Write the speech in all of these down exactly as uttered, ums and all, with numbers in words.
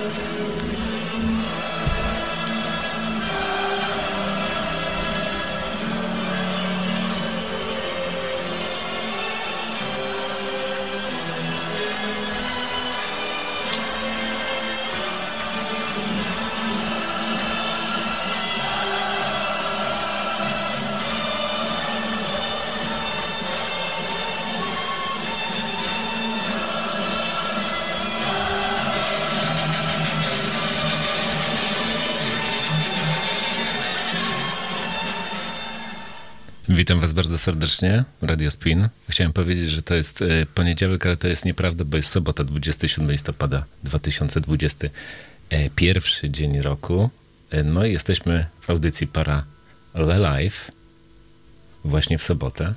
Witam was bardzo serdecznie, Radio Spin. Chciałem powiedzieć, że to jest poniedziałek, ale to jest nieprawda, bo jest sobota, dwudziestego siódmego listopada dwa tysiące dwudziesty pierwszy dzień roku. No i jesteśmy w audycji Para Live właśnie w sobotę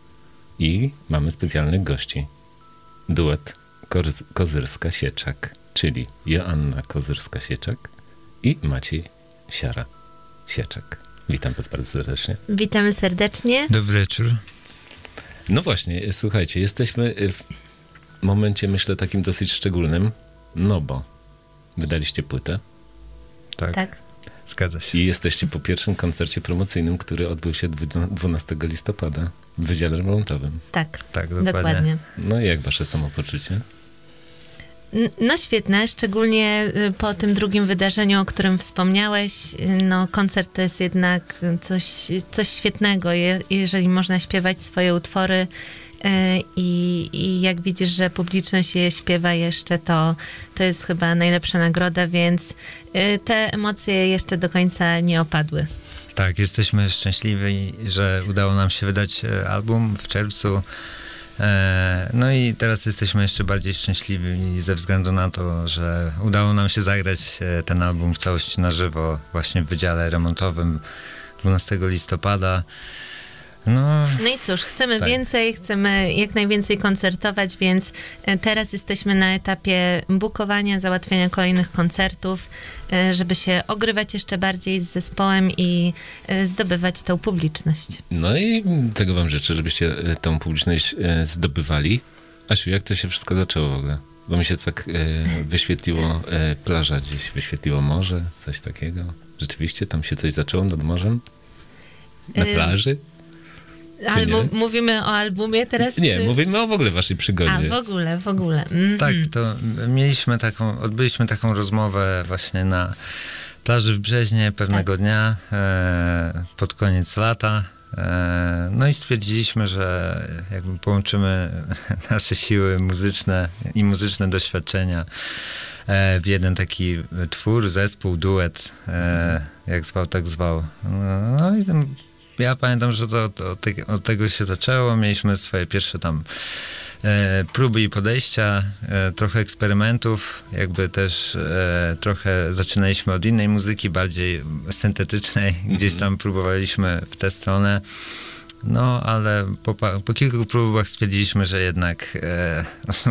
i mamy specjalnych gości. Duet Kozyrska-Sieczak, czyli Joanna Kozyrska-Sieczak i Maciej Siara-Sieczak. Witam was bardzo serdecznie. Witamy serdecznie. Dobry wieczór. No właśnie, słuchajcie, jesteśmy w momencie, myślę, takim dosyć szczególnym, no bo wydaliście płytę. Tak. tak. Zgadza się. I jesteście po pierwszym koncercie promocyjnym, który odbył się dwunastego listopada w Wydziale Remontowym. Tak, tak dokładnie. dokładnie. No i jak wasze samopoczucie? No świetne, szczególnie po tym drugim wydarzeniu, o którym wspomniałeś. No koncert to jest jednak coś, coś świetnego, je, jeżeli można śpiewać swoje utwory i, i jak widzisz, że publiczność je śpiewa jeszcze, to, to jest chyba najlepsza nagroda, więc te emocje jeszcze do końca nie opadły. Tak, jesteśmy szczęśliwi, że udało nam się wydać album w czerwcu. No i teraz jesteśmy jeszcze bardziej szczęśliwi ze względu na to, że udało nam się zagrać ten album w całości na żywo właśnie w Wydziale Remontowym dwunastego listopada. No, no i cóż, chcemy tak. więcej, chcemy jak najwięcej koncertować, więc teraz jesteśmy na etapie bukowania, załatwiania kolejnych koncertów, żeby się ogrywać jeszcze bardziej z zespołem i zdobywać tą publiczność. No i tego wam życzę, żebyście tą publiczność zdobywali. Asiu, jak to się wszystko zaczęło w ogóle? Bo mi się tak wyświetliło plaża gdzieś, wyświetliło morze, coś takiego. Rzeczywiście tam się coś zaczęło nad morzem? Na plaży? Ale m- mówimy o albumie teraz? Nie, czy... mówimy o w ogóle waszej przygodzie. A, w ogóle, w ogóle. Mm-hmm. Tak, to mieliśmy taką, odbyliśmy taką rozmowę właśnie na plaży w Brzeźnie pewnego tak. dnia, e, pod koniec lata. E, no i stwierdziliśmy, że jakby połączymy nasze siły muzyczne i muzyczne doświadczenia e, w jeden taki twór, zespół, duet, e, jak zwał, tak zwał. No i tam ja pamiętam, że to, to od, te, od tego się zaczęło. Mieliśmy swoje pierwsze tam e, próby i podejścia, e, trochę eksperymentów, jakby też e, trochę zaczynaliśmy od innej muzyki, bardziej syntetycznej. Gdzieś tam próbowaliśmy w tę stronę. No, ale po, po kilku próbach stwierdziliśmy, że jednak e,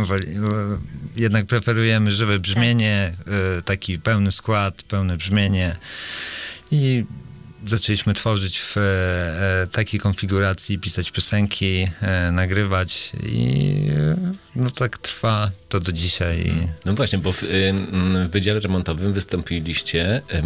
jednak preferujemy żywe brzmienie, e, taki pełny skład, pełne brzmienie i zaczęliśmy tworzyć w e, takiej konfiguracji, pisać piosenki, e, nagrywać i e, no tak trwa to do dzisiaj. No właśnie, bo w, y, w Wydziale Remontowym wystąpiliście, y,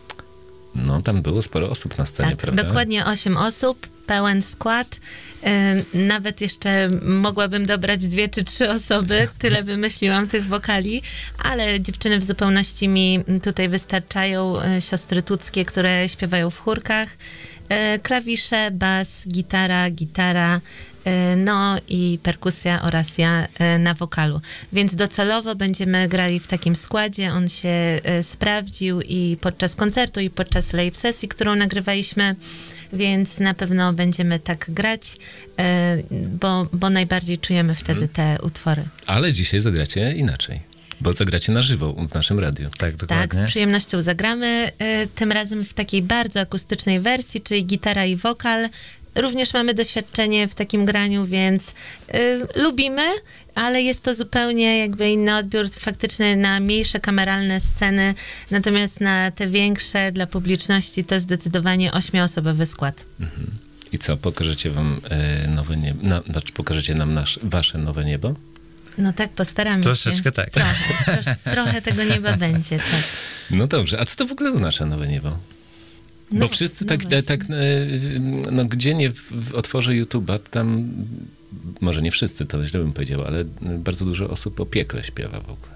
no tam było sporo osób na scenie, tak, prawda? Dokładnie osiem osób, pełen skład. Yy, nawet jeszcze mogłabym dobrać dwie czy trzy osoby, tyle wymyśliłam tych wokali, ale dziewczyny w zupełności mi tutaj wystarczają, yy, siostry tuckie, które śpiewają w chórkach, yy, klawisze, bas, gitara, gitara, yy, no i perkusja oraz ja yy, na wokalu. Więc docelowo będziemy grali w takim składzie, on się yy, sprawdził i podczas koncertu, i podczas live sesji, którą nagrywaliśmy. Więc na pewno będziemy tak grać, bo, bo najbardziej czujemy wtedy te utwory. Ale dzisiaj zagracie inaczej, bo zagracie na żywo w naszym radiu. Tak, dokładnie. Tak, z przyjemnością zagramy, tym razem w takiej bardzo akustycznej wersji, czyli gitara i wokal. Również mamy doświadczenie w takim graniu, więc y, lubimy, ale jest to zupełnie jakby inny odbiór faktycznie na mniejsze kameralne sceny, natomiast na te większe dla publiczności to zdecydowanie ośmioosobowy skład. Mhm. I co, pokażecie wam e, nowe niebo, no, znaczy pokażecie nam nasz, wasze nowe niebo? No tak, postaramy Troszeczkę się. tak. Trochę, trosz, trochę tego nieba będzie, tak. No dobrze, a co to w ogóle oznacza nowe niebo? Bo No, wszyscy no tak, właśnie. tak, no gdzie nie w, w otworze YouTube'a, tam, może nie wszyscy, to źle bym powiedział, ale bardzo dużo osób o piekle śpiewa w ogóle.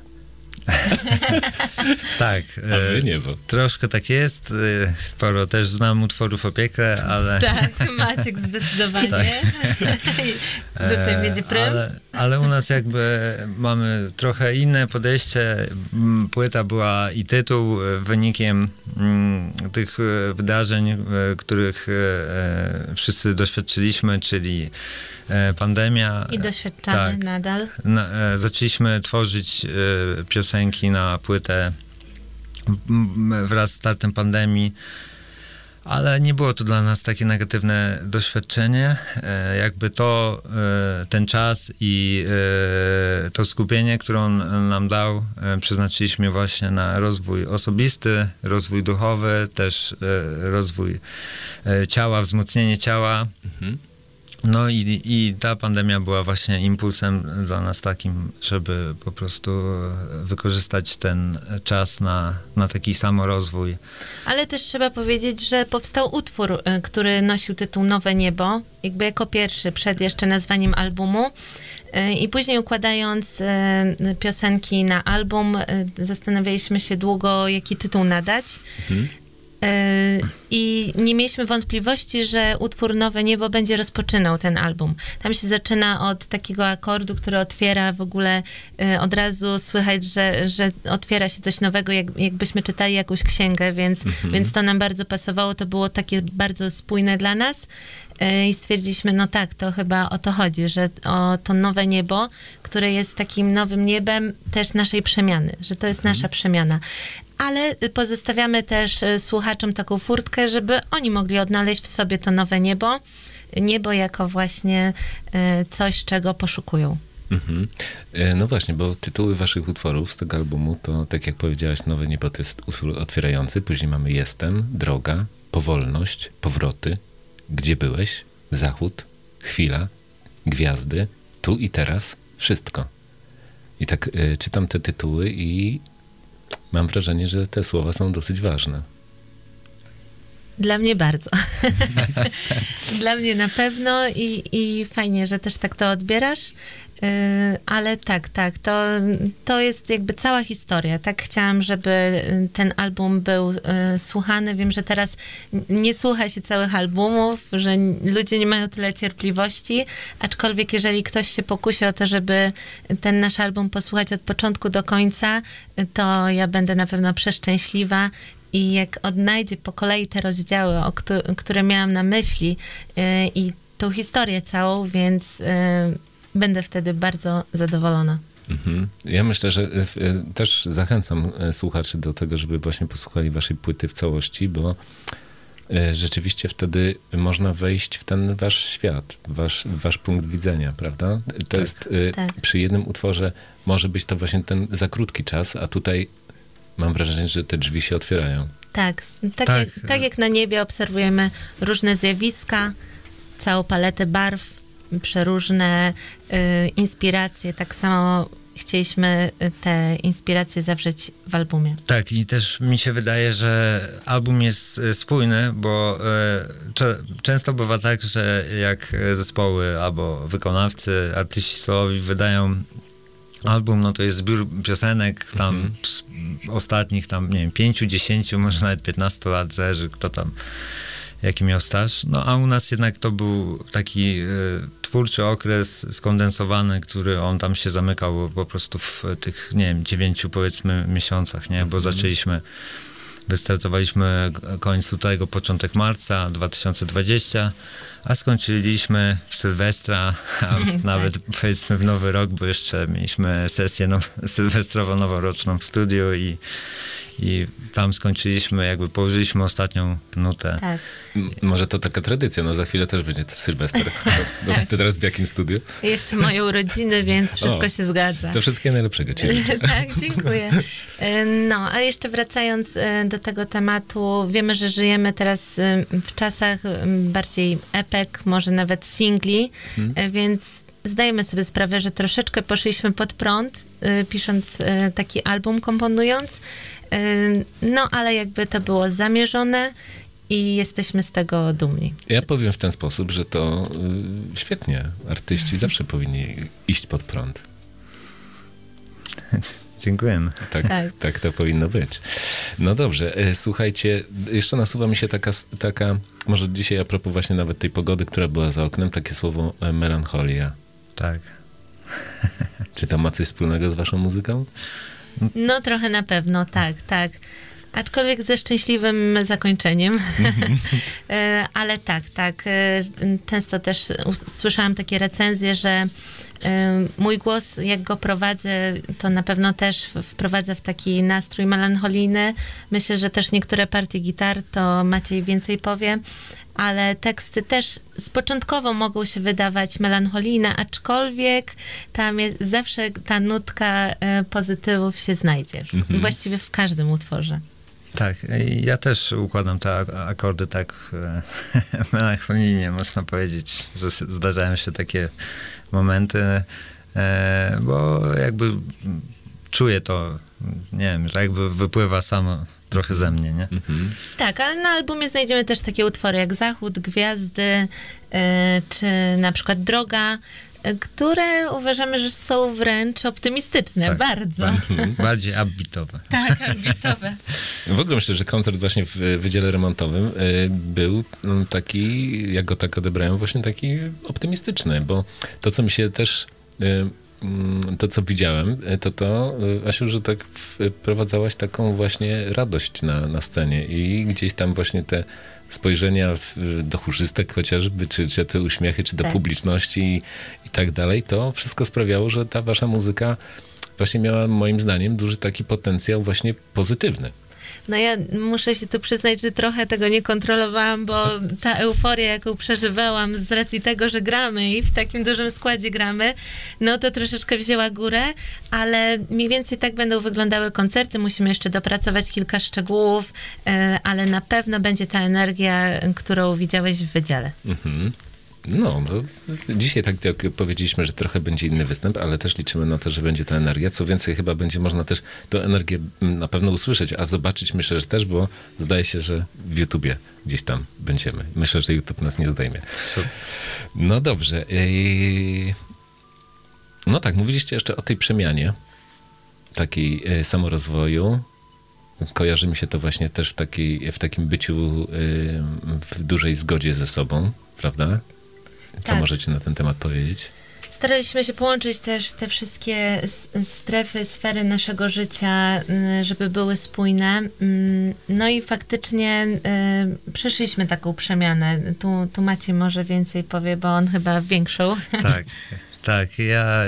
Tak. A wy e, niebo. Troszkę tak jest. e, Sporo też znam utworów o piekle, ale... Tak, Maciek zdecydowanie. Tak. Tutaj będzie prym. Ale, ale u nas jakby mamy trochę inne podejście. Mm, Płyta była i tytuł e, wynikiem mm, tych e, wydarzeń, e, których e, e, wszyscy doświadczyliśmy, czyli e, pandemia. I doświadczamy tak. nadal. Na, e, zaczęliśmy tworzyć e, piosenki na płytę m, wraz z startem pandemii, ale nie było to dla nas takie negatywne doświadczenie. E, jakby to, e, ten czas i e, to skupienie, które on nam dał, e, przeznaczyliśmy właśnie na rozwój osobisty, rozwój duchowy, też e, rozwój e, ciała, wzmocnienie ciała. Mhm. No i, i ta pandemia była właśnie impulsem dla nas takim, żeby po prostu wykorzystać ten czas na, na taki samorozwój. Ale też trzeba powiedzieć, że powstał utwór, y, który nosił tytuł Nowe Niebo, jakby jako pierwszy, przed jeszcze nazwaniem albumu. Y, I później układając y, piosenki na album, y, zastanawialiśmy się długo, jaki tytuł nadać. Mhm. I nie mieliśmy wątpliwości, że utwór Nowe Niebo będzie rozpoczynał ten album. Tam się zaczyna od takiego akordu, który otwiera w ogóle, od razu słychać, że, że otwiera się coś nowego, jak, jakbyśmy czytali jakąś księgę, więc, Mhm. więc to nam bardzo pasowało, to było takie bardzo spójne dla nas. I stwierdziliśmy, no tak, to chyba o to chodzi, że o to nowe niebo, które jest takim nowym niebem też naszej przemiany, że to jest Mhm. nasza przemiana. Ale pozostawiamy też słuchaczom taką furtkę, żeby oni mogli odnaleźć w sobie to nowe niebo, niebo jako właśnie coś, czego poszukują. Mhm. E, No właśnie, bo tytuły waszych utworów z tego albumu to, tak jak powiedziałaś, Nowe Niebo to jest utwór otwierający, później mamy Jestem, Droga, Powolność, Powroty, Gdzie byłeś, Zachód, Chwila, Gwiazdy, Tu i Teraz, Wszystko. I tak e, czytam te tytuły i mam wrażenie, że te słowa są dosyć ważne. Dla mnie bardzo. Dla mnie na pewno i, i fajnie, że też tak to odbierasz. Yy, ale tak, tak, to, to jest jakby cała historia. Tak chciałam, żeby ten album był yy, słuchany. Wiem, że teraz nie słucha się całych albumów, że ludzie nie mają tyle cierpliwości, aczkolwiek jeżeli ktoś się pokusi o to, żeby ten nasz album posłuchać od początku do końca, to ja będę na pewno przeszczęśliwa. I jak odnajdzie po kolei te rozdziały, o któ- które miałam na myśli yy, i tą historię całą, więc yy, będę wtedy bardzo zadowolona. Mhm. Ja myślę, że e, też zachęcam e, słuchaczy do tego, żeby właśnie posłuchali waszej płyty w całości, bo e, rzeczywiście wtedy można wejść w ten wasz świat, wasz, wasz punkt widzenia, prawda? To Tak. jest e, Tak. przy jednym utworze może być to właśnie ten za krótki czas, a tutaj mam wrażenie, że te drzwi się otwierają. Tak, tak, Tak. Jak, tak jak na niebie obserwujemy różne zjawiska, całą paletę barw, przeróżne y, inspiracje, tak samo chcieliśmy te inspiracje zawrzeć w albumie. Tak, i też mi się wydaje, że album jest e, spójny, bo e, cze- często bywa tak, że jak zespoły albo wykonawcy, artyści solowi wydają album, no to jest zbiór piosenek tam Mhm. z ostatnich tam, nie wiem, pięciu, dziesięciu, może nawet piętnastu lat, zależy kto tam, jaki miał staż. No a u nas jednak to był taki e, twórczy okres skondensowany, który on tam się zamykał po prostu w tych, nie wiem, dziewięciu powiedzmy miesiącach, nie? Bo zaczęliśmy, wystartowaliśmy koniec lutego, początek marca dwa tysiące dwudziestego, a skończyliśmy w Sylwestra, a nawet powiedzmy w Nowy Rok, bo jeszcze mieliśmy sesję now- sylwestrowo-noworoczną w studiu i, i tam skończyliśmy, jakby położyliśmy ostatnią nutę. Tak. M- może to taka tradycja, no za chwilę też będzie Sylwester. No, to teraz w jakim studiu? I jeszcze moje urodziny, więc wszystko O, się zgadza. To wszystkiego najlepszego ci życzę. Tak, dziękuję. E, No, a jeszcze wracając e, do tego tematu, wiemy, że żyjemy teraz e, w czasach e, bardziej epek, może nawet singli, e, więc zdajemy sobie sprawę, że troszeczkę poszliśmy pod prąd, y, pisząc y, taki album, komponując, y, no ale jakby to było zamierzone i jesteśmy z tego dumni. Ja powiem w ten sposób, że to y, świetnie. Artyści zawsze powinni iść pod prąd. Dziękujemy. Tak, tak. tak to powinno być. No dobrze, e, słuchajcie, jeszcze nasuwa mi się taka, taka, może dzisiaj a propos właśnie nawet tej pogody, która była za oknem, takie słowo e, melancholia. Tak. Czy to ma coś wspólnego z waszą muzyką? No trochę na pewno, tak, tak. Aczkolwiek ze szczęśliwym zakończeniem. E, ale tak, tak. e, Często też us- słyszałam takie recenzje, że e, mój głos, jak go prowadzę, to na pewno też w- wprowadza w taki nastrój melancholijny. Myślę, że też niektóre partie gitar, to Maciej więcej powie, ale teksty też z początkowo mogą się wydawać melancholijne, aczkolwiek tam jest, zawsze ta nutka e, pozytywów się znajdzie. Mhm. Właściwie w każdym utworze. Tak, ja też układam te ak- akordy tak e, melancholijnie, można powiedzieć, że s- zdarzają się takie momenty, e, bo jakby czuję to, nie wiem, że jakby wypływa samo trochę ze mnie, nie? Mhm. Tak, ale na albumie znajdziemy też takie utwory jak Zachód, Gwiazdy, y, czy na przykład Droga, y, które uważamy, że są wręcz optymistyczne, Tak, bardzo. Bardziej upbeatowe. Tak, ambitowe. W ogóle myślę, że koncert właśnie w Wydziale Remontowym y, był mm, taki, jak go tak odebrałem, właśnie taki optymistyczny, bo to, co mi się też... Y, mm, to, co widziałem, y, to to, y, Asiu, że tak wprowadzałaś taką właśnie radość na, na scenie i gdzieś tam właśnie te spojrzenia w, do chórzystek chociażby, czy, czy te uśmiechy, czy do Tak. publiczności i, i tak dalej, to wszystko sprawiało, że ta wasza muzyka właśnie miała moim zdaniem duży taki potencjał właśnie pozytywny. No ja muszę się tu przyznać, że trochę tego nie kontrolowałam, bo ta euforia, jaką przeżywałam z racji tego, że gramy i w takim dużym składzie gramy, no to troszeczkę wzięła górę, ale mniej więcej tak będą wyglądały koncerty. Musimy jeszcze dopracować kilka szczegółów, e, ale na pewno będzie ta energia, którą widziałeś w Wydziale. Mhm. No, no, dzisiaj tak jak powiedzieliśmy, że trochę będzie inny występ, ale też liczymy na to, że będzie ta energia. Co więcej, chyba będzie można też tę energię na pewno usłyszeć, a zobaczyć myślę, że też, bo zdaje się, że w YouTubie gdzieś tam będziemy. Myślę, że YouTube nas nie zdejmie. Super. No dobrze. Ej, no tak, mówiliście jeszcze o tej przemianie, takiej e, samorozwoju. Kojarzy mi się to właśnie też w, takiej, w takim byciu e, w dużej zgodzie ze sobą, prawda? Co Tak. możecie na ten temat powiedzieć? Staraliśmy się połączyć też te wszystkie s- strefy, sfery naszego życia, y, żeby były spójne. Mm, No i faktycznie y, przeszliśmy taką przemianę. Tu, tu Maciej może więcej powie, bo on chyba większą. Tak, tak. Ja e,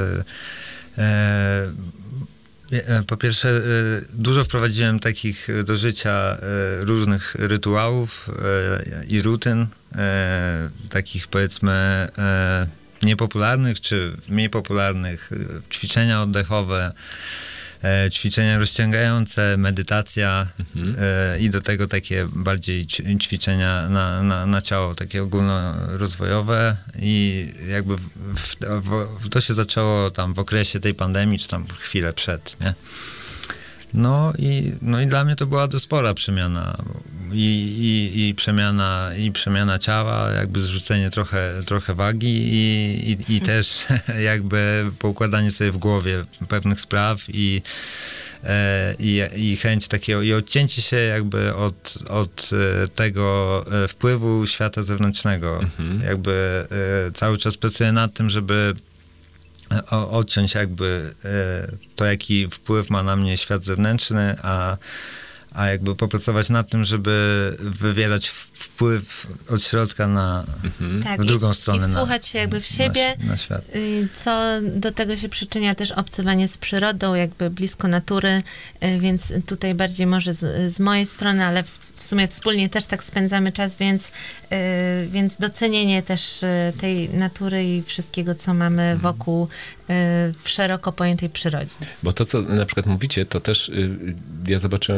e, e, po pierwsze e, dużo wprowadziłem takich do życia e, różnych rytuałów e, i rutyn, e, takich powiedzmy e, niepopularnych czy mniej popularnych, e, ćwiczenia oddechowe, e, ćwiczenia rozciągające, medytacja Mhm. e, i do tego takie bardziej ć- ćwiczenia na, na, na ciało, takie ogólnorozwojowe i jakby w, w, w, to się zaczęło tam w okresie tej pandemii, czy tam chwilę przed, nie? No i, no i dla mnie to była to spora przemiana i, i, i przemiana i przemiana ciała, jakby zrzucenie trochę, trochę wagi i, i, i też jakby poukładanie sobie w głowie pewnych spraw i, e, i, i chęć takiego i odcięcie się jakby od, od e, tego e, wpływu świata zewnętrznego. Mhm. Jakby e, cały czas pracuję nad tym, żeby o, odciąć jakby e, to, jaki wpływ ma na mnie świat zewnętrzny, a, a jakby popracować nad tym, żeby wywierać w- wpływ od środka na Mhm. Tak, w drugą i, stronę i na- wsłuchać się jakby w siebie, na, na świat. y, co do tego się przyczynia też obcowanie z przyrodą, jakby blisko natury, y, więc tutaj bardziej może z, z mojej strony, ale w, w sumie wspólnie też tak spędzamy czas, więc, y, więc docenienie też y, tej natury i wszystkiego, co mamy wokół y, w szeroko pojętej przyrodzie. Bo to, co na przykład mówicie, to też y, ja zobaczyłem w,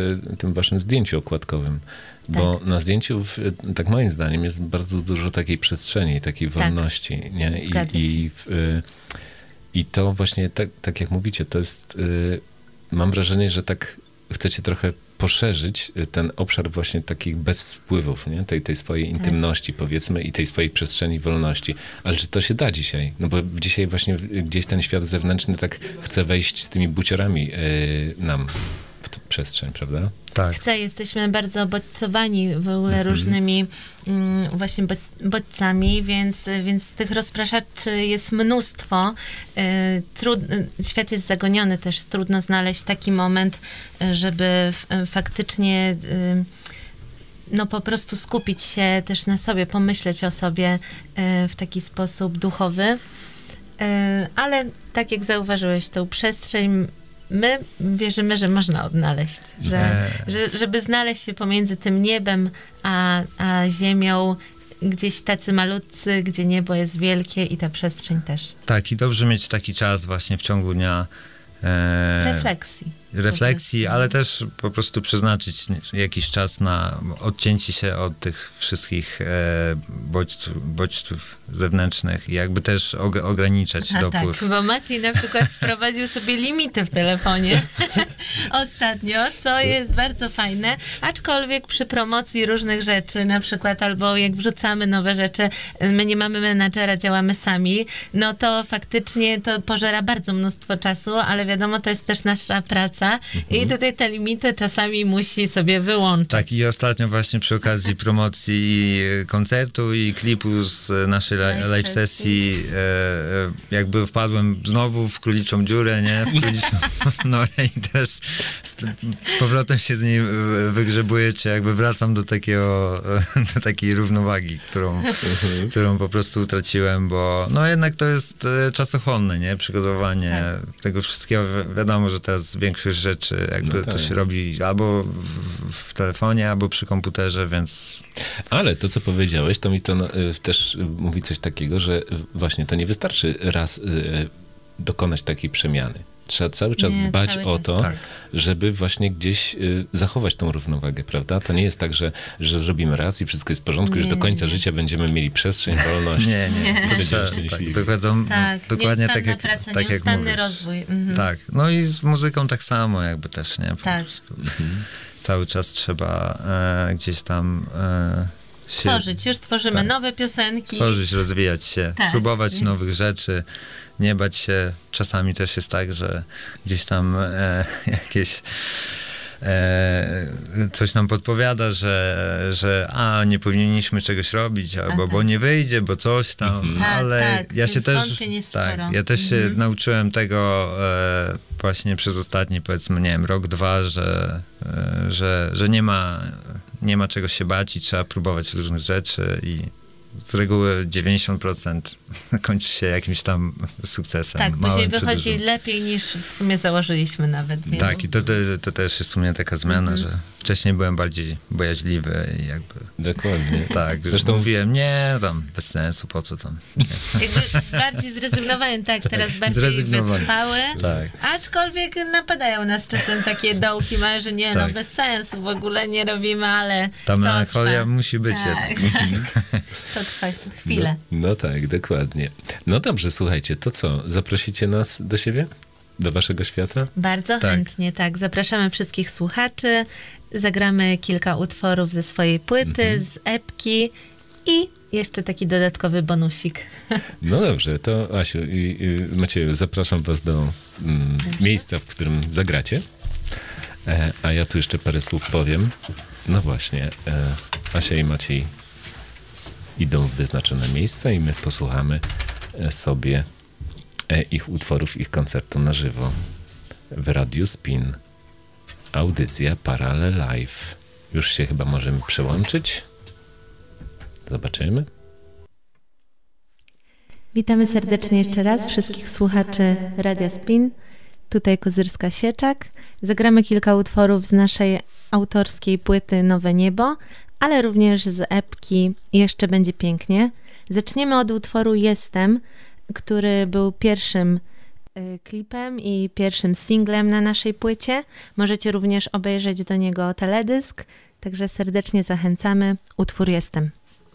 y, tym waszym zdjęciu okładkowym. Bo tak. na zdjęciu, w, tak moim zdaniem, jest bardzo dużo takiej przestrzeni, takiej wolności. Tak. Nie? I, i, w, y, I to właśnie, tak, tak jak mówicie, to jest, y, mam wrażenie, że tak chcecie trochę poszerzyć ten obszar właśnie takich bez wpływów, nie? Tej, tej swojej intymności, tak. powiedzmy, i tej swojej przestrzeni wolności. Ale czy to się da dzisiaj? No bo dzisiaj właśnie gdzieś ten świat zewnętrzny tak chce wejść z tymi buciorami yy, nam w tę przestrzeń, prawda? Tak. Chce, jesteśmy bardzo bodźcowani w ogóle mhm. różnymi mm, właśnie bodźcami, więc, więc tych rozpraszaczy jest mnóstwo. Y, trud, świat jest zagoniony też, trudno znaleźć taki moment, żeby f, faktycznie y, no po prostu skupić się też na sobie, pomyśleć o sobie y, w taki sposób duchowy. Y, ale tak jak zauważyłeś, tą przestrzeń my wierzymy, że można odnaleźć, że, że, żeby znaleźć się pomiędzy tym niebem a, a ziemią, gdzieś tacy malutcy, gdzie niebo jest wielkie i ta przestrzeń też. Tak, i dobrze mieć taki czas właśnie w ciągu dnia. E, refleksji. Refleksji, ale też po prostu przeznaczyć jakiś czas na odcięcie się od tych wszystkich e, bodźców, bodźców zewnętrznych i jakby też og- ograniczać A dopływ. Tak, bo Maciej na przykład wprowadził sobie limity w telefonie ostatnio, co jest bardzo fajne, aczkolwiek przy promocji różnych rzeczy, na przykład albo jak wrzucamy nowe rzeczy, my nie mamy menadżera, działamy sami, no to faktycznie to pożera bardzo mnóstwo czasu, ale wiadomo, to jest też nasza praca. Mhm. I tutaj te limity czasami musi sobie wyłączyć. Tak, i ostatnio właśnie przy okazji promocji koncertu i klipu z naszej live, live sesji e, jakby wpadłem znowu w króliczą dziurę, nie? W króliczą norę i też z, z powrotem się z niej wygrzebuję, czy jakby wracam do takiego, do takiej równowagi, którą, mhm. którą po prostu utraciłem, bo no jednak to jest czasochłonne, nie? Przygotowanie tak. tego wszystkiego. Wiadomo, że teraz większość rzeczy jakby no tak. to się robi albo w, w telefonie, albo przy komputerze, więc... Ale to, co powiedziałeś, to mi to no, też mówi coś takiego, że właśnie to nie wystarczy raz y, dokonać takiej przemiany. Trzeba cały czas nie, dbać cały o czas. to, tak. żeby właśnie gdzieś y, zachować tą równowagę, prawda? To nie jest tak, że, że zrobimy raz i wszystko jest w porządku, nie, że do końca nie. życia będziemy mieli przestrzeń, wolność. Nie, nie. nie. To trzeba, tak, dokładam, tak, dokładnie tak jak, praca, tak jak mówisz. rozwój. Mhm. Tak, no i z muzyką tak samo jakby też, nie? Po tak. prostu mhm. cały czas trzeba e, gdzieś tam... E, się, tworzyć, już tworzymy tak. nowe piosenki. Tworzyć, rozwijać się, tak. próbować Więc. nowych rzeczy, nie bać się. Czasami też jest tak, że gdzieś tam e, jakieś e, coś nam podpowiada, że, że a, nie powinniśmy czegoś robić, albo bo nie wyjdzie, bo coś tam, mhm. ale tak, tak. ja się też tak, ja też się mhm. nauczyłem tego e, właśnie przez ostatni, powiedzmy, nie wiem, rok, dwa, że, e, że, że nie ma nie ma czego się bać i trzeba próbować różnych rzeczy i z reguły dziewięćdziesiąt procent kończy się jakimś tam sukcesem. Tak, później wychodzi lepiej niż w sumie założyliśmy nawet. Więc... Tak, i to, to, to też jest w sumie taka zmiana, mm-hmm. że wcześniej byłem bardziej bojaźliwy i jakby... Dokładnie. Tak, zresztą mówiłem, nie, tam bez sensu, po co tam. Jakby bardziej zrezygnowałem, tak, teraz tak, bardziej wytrwały. Tak. Aczkolwiek napadają nas czasem takie dołki małe, że nie, tak. no bez sensu, w ogóle nie robimy, ale ta melancholia musi być. Tak, tak. To trwa chwilę. No, no tak, dokładnie. No dobrze, słuchajcie, to co? Zaprosicie nas do siebie? Do waszego świata? Bardzo tak. chętnie, tak. Zapraszamy wszystkich słuchaczy. Zagramy kilka utworów ze swojej płyty, mhm. z epki i jeszcze taki dodatkowy bonusik. No dobrze, to Asiu i, i Macieju, zapraszam was do mm, miejsca, w którym zagracie. E, a ja tu jeszcze parę słów powiem. No właśnie, e, Asia i Maciej idą w wyznaczone miejsca i my posłuchamy sobie ich utworów, ich koncertu na żywo w Radiu Spin. Audycja Paralel Live. Już się chyba możemy przełączyć. Zobaczymy. Witamy serdecznie jeszcze raz wszystkich słuchaczy Radia Spin. Tutaj Kozyrska-Sieczak. Zagramy kilka utworów z naszej autorskiej płyty Nowe Niebo, ale również z epki Jeszcze będzie pięknie. Zaczniemy od utworu Jestem, który był pierwszym y, klipem i pierwszym singlem na naszej płycie. Możecie również obejrzeć do niego teledysk, także serdecznie zachęcamy. Utwór Jestem.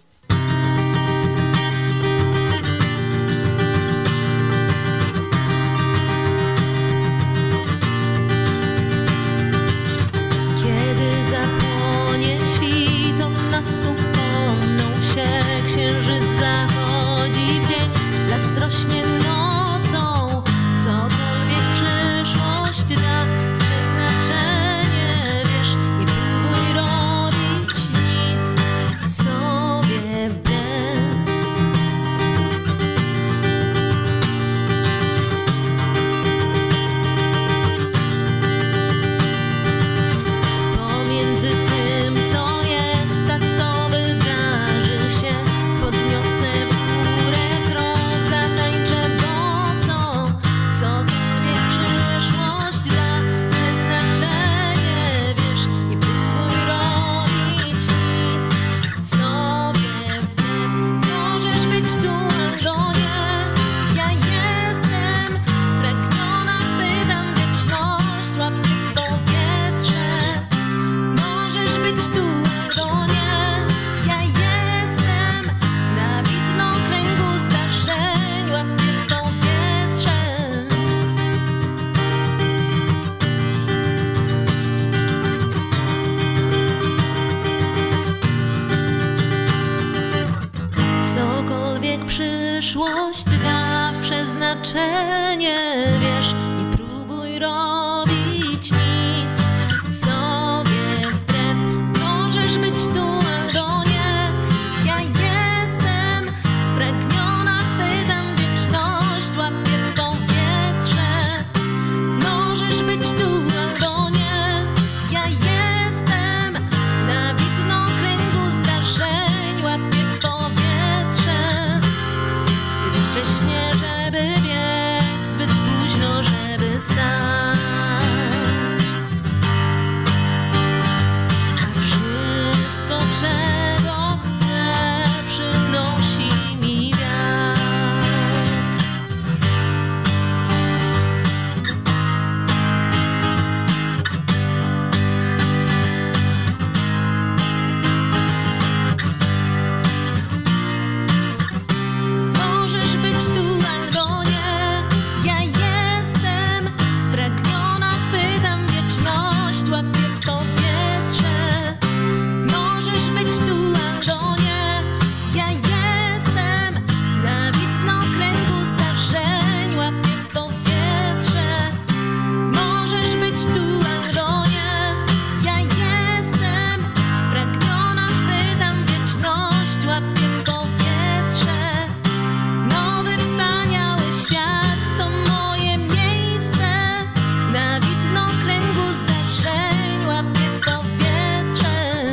Księżyc zachodzi w dzień, las rośnie nocą, cokolwiek przyszłość da, przeznaczenie, wiesz, nie próbuj robić nic sobie wbrew. Pomiędzy tym, co jest, a co wydarzy się, podniosę w górę wzrok, zatańczę boso, cokolwiek przyszłość da, przeznaczenie, wiesz, nie próbuj robić nic sobie wbrew. Możesz być tu albo nie, ja jestem spragniona, pytam wieczność, łapię powietrze. Możesz być tu albo nie, ja jestem na widnokręgu zdarzeń, łapię powietrze. Cokolwiek przyszłość da, w przeznaczenie, wiesz, nie próbuj robić nic sobie wbrew. Możesz być tu albo nie, ja jestem spragniona, pytam wieczność, łapię powietrze. Możesz być tu albo nie, ja jestem na widnokręgu zdarzeń, łapię powietrze. Zbyt wcześnie, żeby biec, zbyt późno, żeby stać. A wszystko, czego chcę, przynosi mi wiatr. Możesz być tu albo nie, ja jestem spragniona, pytam wieczność, łapię powietrze. Możesz być tu albo nie, ja jestem na widnokręgu zdarzeń, łapię powietrze. Możesz być tu albo nie, ja jestem spragniona, pytam wieczność, łapię powietrze. Nowy, wspaniały świat to moje miejsce, na widnokręgu zdarzeń, łapię powietrze.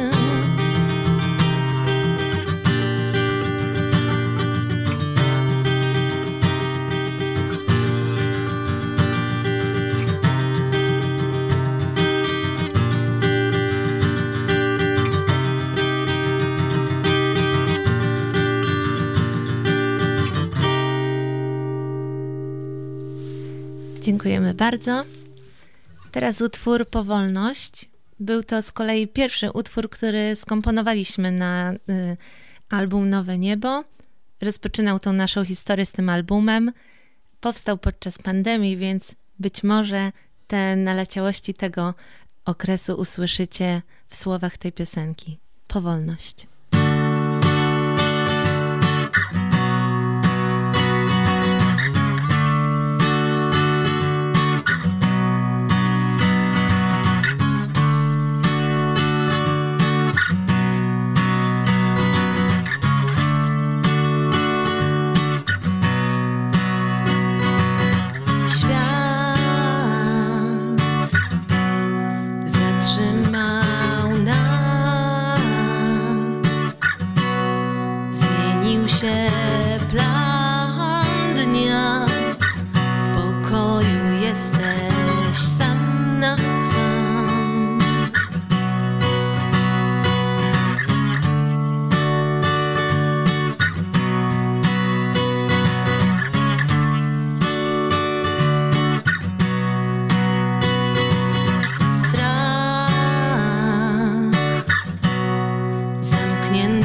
Dziękujemy bardzo. Teraz utwór Powolność. Był to z kolei pierwszy utwór, który skomponowaliśmy na y, album Nowe Niebo. Rozpoczynał tą naszą historię z tym albumem. Powstał podczas pandemii, więc być może te naleciałości tego okresu usłyszycie w słowach tej piosenki. Powolność. Świat zatrzymał nas.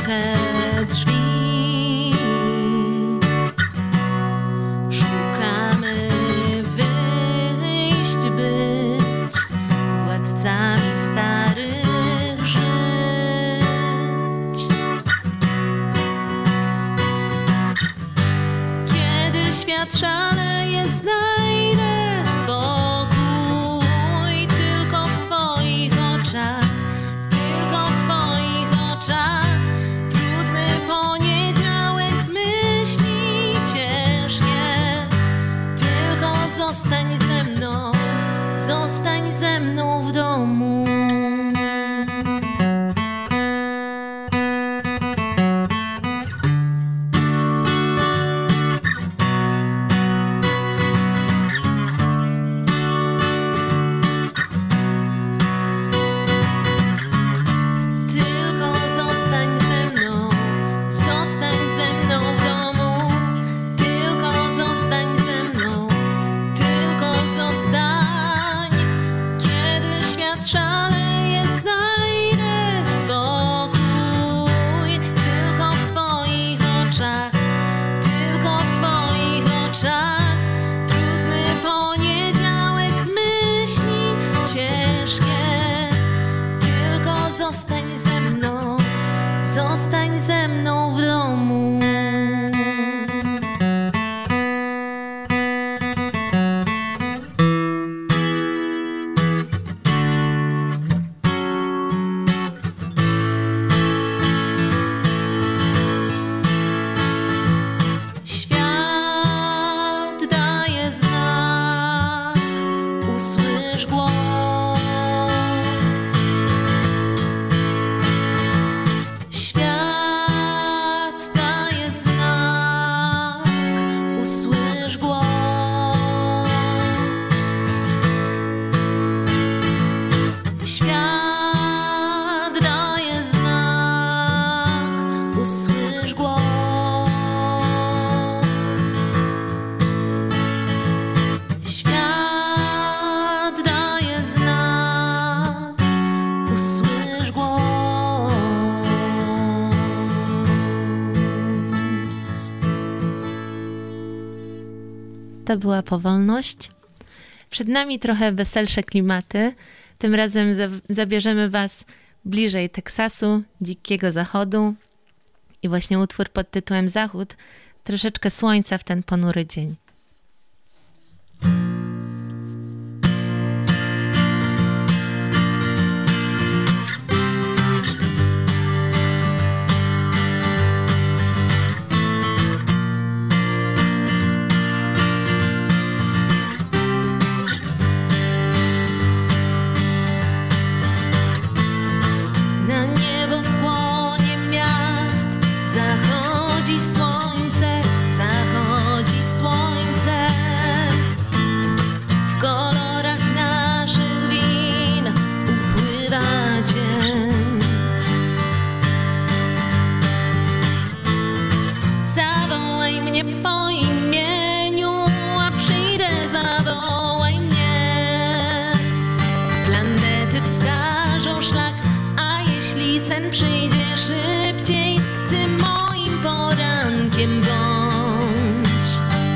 zamknęte drzwi. Szukamy wyjść, być władcami starych żyć. Kiedy świat szaleje, znajdę spokój tylko w Twoich oczach, tylko w Twoich oczach. Trudny poniedziałek, myśli ciężkie, tylko zostań ze mną, zostań ze mną w domu. Tylko zostań ze mną, zostań ze mną w domu. Tylko zostań ze mną, tylko zostań. Kiedy świat szaleje, znajdę spokój tylko w Twoich oczach, tylko w Twoich oczach. Trudny poniedziałek, myśli ciężkie, tylko zostań ze mną, zostań ze mną w domu. Świat daje znak, usłysz głos. Świat daje znak, usłysz głos. Świat daje znak, usłysz głos. Świat daje znak, usłysz głos. To była Powolność. Przed nami trochę weselsze klimaty. Tym razem za- zabierzemy was bliżej Teksasu, Dzikiego Zachodu. I właśnie utwór pod tytułem Zachód. Troszeczkę słońca w ten ponury dzień. Na nieboskłonie miast zachodzi słońce, zachodzi słońce. W kolorach naszych win upływa dzień. Zawołaj mnie po imieniu, a przyjdę, zawołaj mnie. Planety wskażą szlak, a jeśli sen przyjdzie szybciej, ty moim porankiem bądź.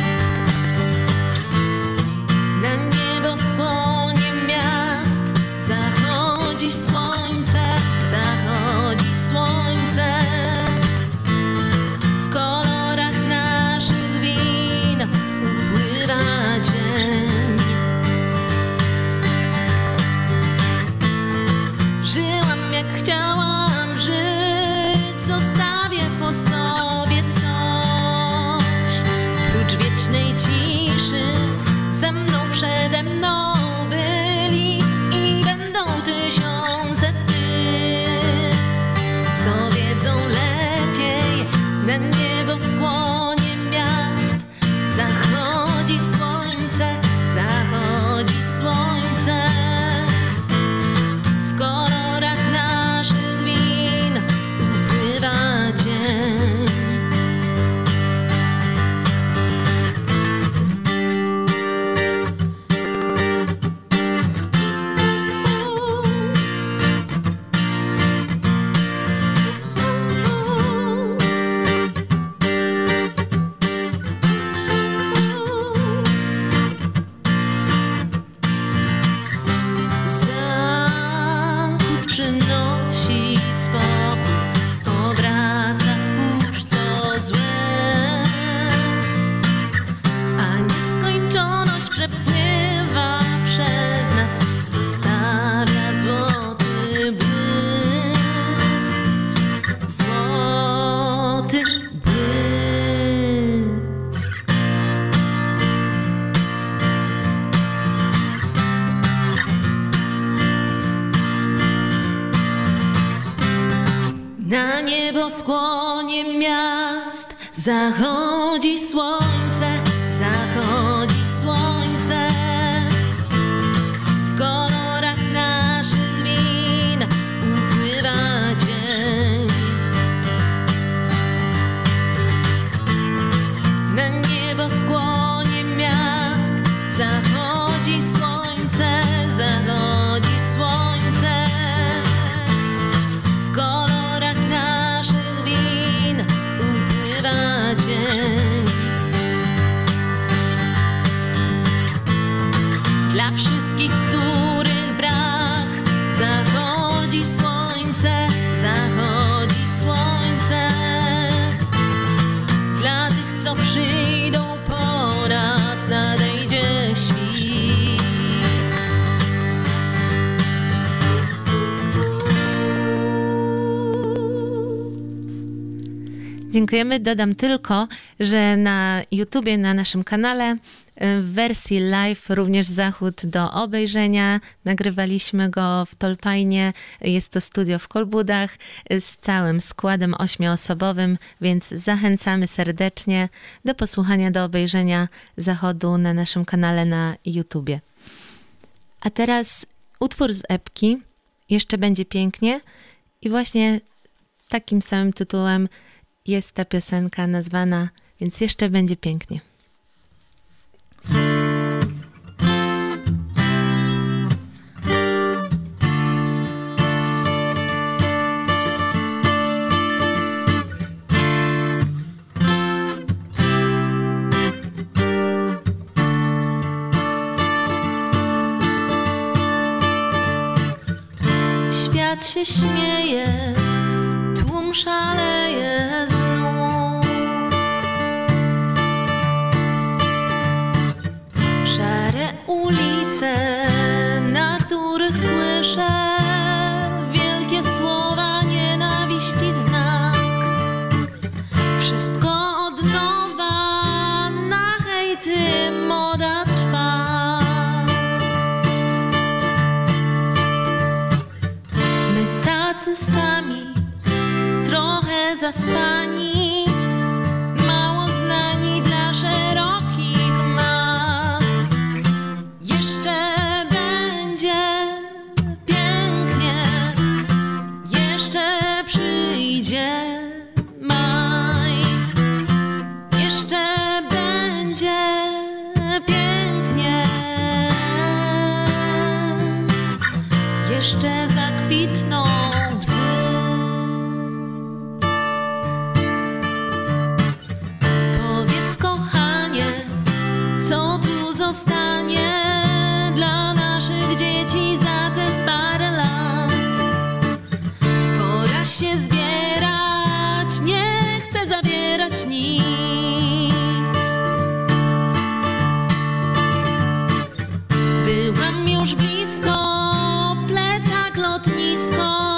Na nieboskłonie miast zachodzi słońce, zachodzi słońce. W kolorach naszych win upływa dzień. Żyłam jak chciałam żyć, zostawię po sobie coś. Prócz wiecznej ciszy, ze mną, przede mną byli i będą tysiące nieboskłonie miast zachodzi słońce, zachodzi słońce. W kolorach naszych win upływa dzień. Na nieboskłonie miast zachodzi słońce, zachodzi słońce. W kolorach naszych win upływa dzień. Dla wszystkich, których brak, zachodzi słońce, zachodzi słońce. Dla tych, co przyjdą po nas, nadejdzie świt. Dziękujemy. Dodam tylko, że na YouTubie, na naszym kanale w wersji live również zachód do obejrzenia. Nagrywaliśmy go w Tolpajnie. Jest to studio w Kolbudach z całym składem ośmioosobowym, więc zachęcamy serdecznie do posłuchania, do obejrzenia zachodu na naszym kanale na YouTubie. A teraz utwór z epki Jeszcze będzie pięknie i właśnie takim samym tytułem jest ta piosenka nazwana, więc Jeszcze będzie pięknie. Świat się śmieje, tłum szaleje znów. Szare ulice, na których słyszę wielkie słowa nienawiści znak. Wszystko od nowa, na hejty moda trwa. My tacy sami, trochę zaspani, mało znani dla szerokich mas. Jeszcze będzie pięknie, jeszcze przyjdzie maj. Jeszcze będzie pięknie, jeszcze zakwitną bzy. Powiedz, kochanie, co tu zostanie dla naszych dzieci za te parę lat. Pora się zbierać, nie chcę zabierać nic. Byłam już blisko, plecak lotnisko.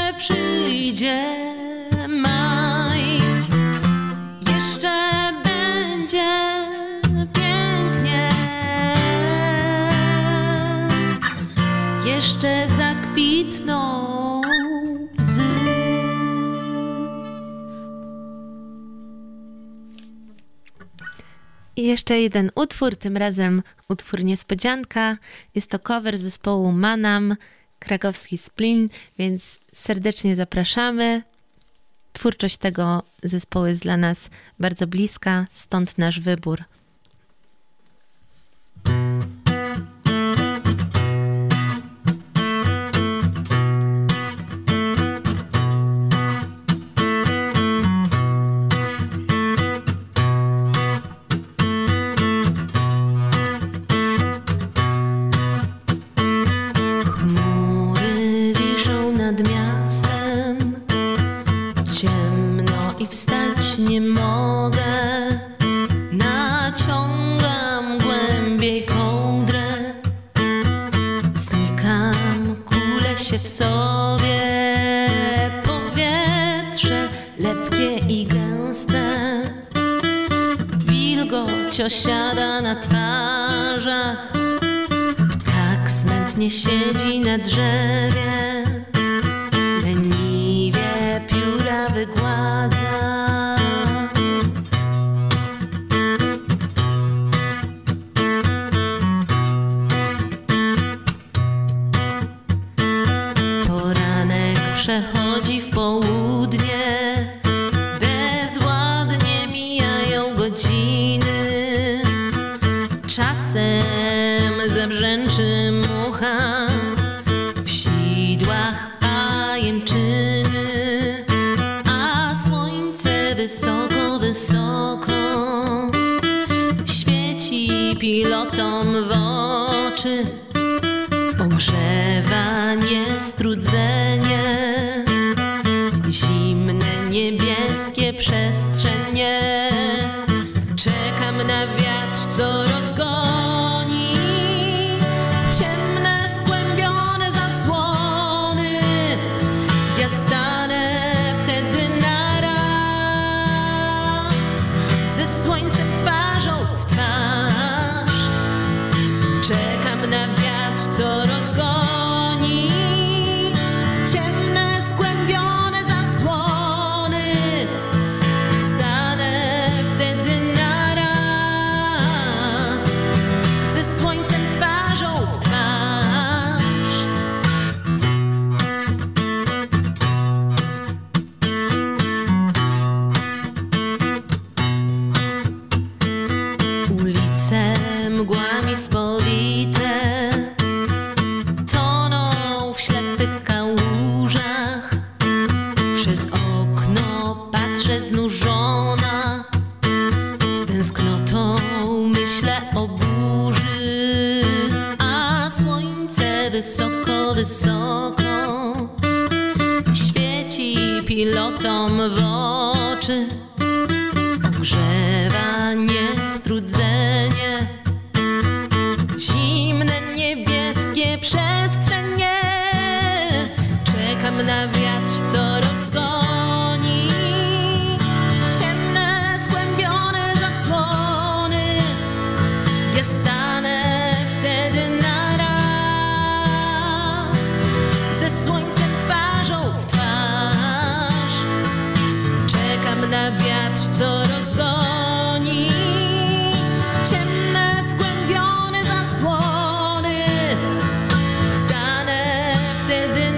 przyjdzie maj. Jeszcze będzie pięknie, jeszcze zakwitną łzy. I jeszcze jeden utwór, tym razem utwór niespodzianka. Jest to cover zespołu Manam, krakowski Splin, więc serdecznie zapraszamy. Twórczość tego zespołu jest dla nas bardzo bliska, stąd nasz wybór. Chmury wiszą nad miastem, ciemno i wstać nie mogę. Naciągam głębiej kołdrę, znikam, kulę się w sobie. Powietrze lepkie i gęste, wilgoć osiada na twarzach. Ptak smętnie siedzi na drzewie, leniwie pióra wygładza. Poranek przechodzi w południe, bezładnie mijają godziny. Czasem zabrzęczy mucha, w sidłach pajęczyny, a słońce wysoko, wysoko świeci pilotom w oczy. Ogrzewa niestrudzenie, zimne niebieskie przestrzenie. Czekam na wiatr, co rozgoni ciemne, skłębione zasłony. Ja stanę wtedy naraz ze słońcem twarzą w twarz. Czekam na wiatr, co rozgoni ciemne, skłębione zasłony. Stanę wtedy naraz ze słońcem twarzą w twarz. Ulice mgłami spowite toną w ślepych kałużach. Przez okno patrzę znużona, z tęsknotą myślę o burzy. A słońce wysoko, wysoko świeci pilotom w oczy. Ogrzewa niestrudzenie, zimne niebieskie przestrzenie. Czekam na wiatr, co rozgoni ciemne, skłębione zasłony. Ja stanę wtedy naraz ze słońcem twarzą w twarz. Czekam na wiatr, co rozgoni ciemne, skłębione zasłony. Stanę wtedy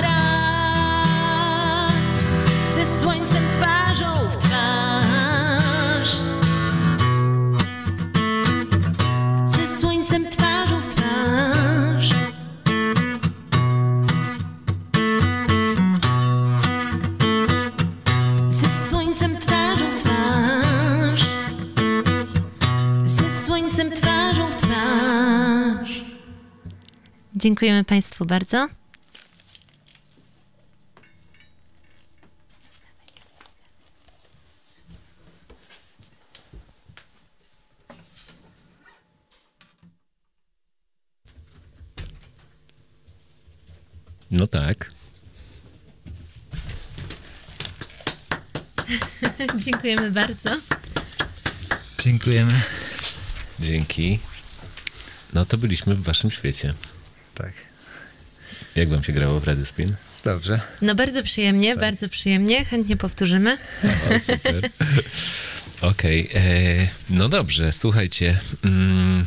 naraz ze słońcem twarzą w twarz. Ze słońcem twarzą w twarz. Ze słońcem twarzą w twarz. Ze słońcem twarzą w twarz. Dziękujemy Państwu bardzo. No tak. Dziękujemy bardzo. Dziękujemy. Dzięki. No to byliśmy w waszym świecie. Tak. Jak wam się grało w Radio Spin? Dobrze. No bardzo przyjemnie, tak. bardzo przyjemnie. Chętnie powtórzymy. O, super. Okej. Okay. No dobrze, słuchajcie. Mm.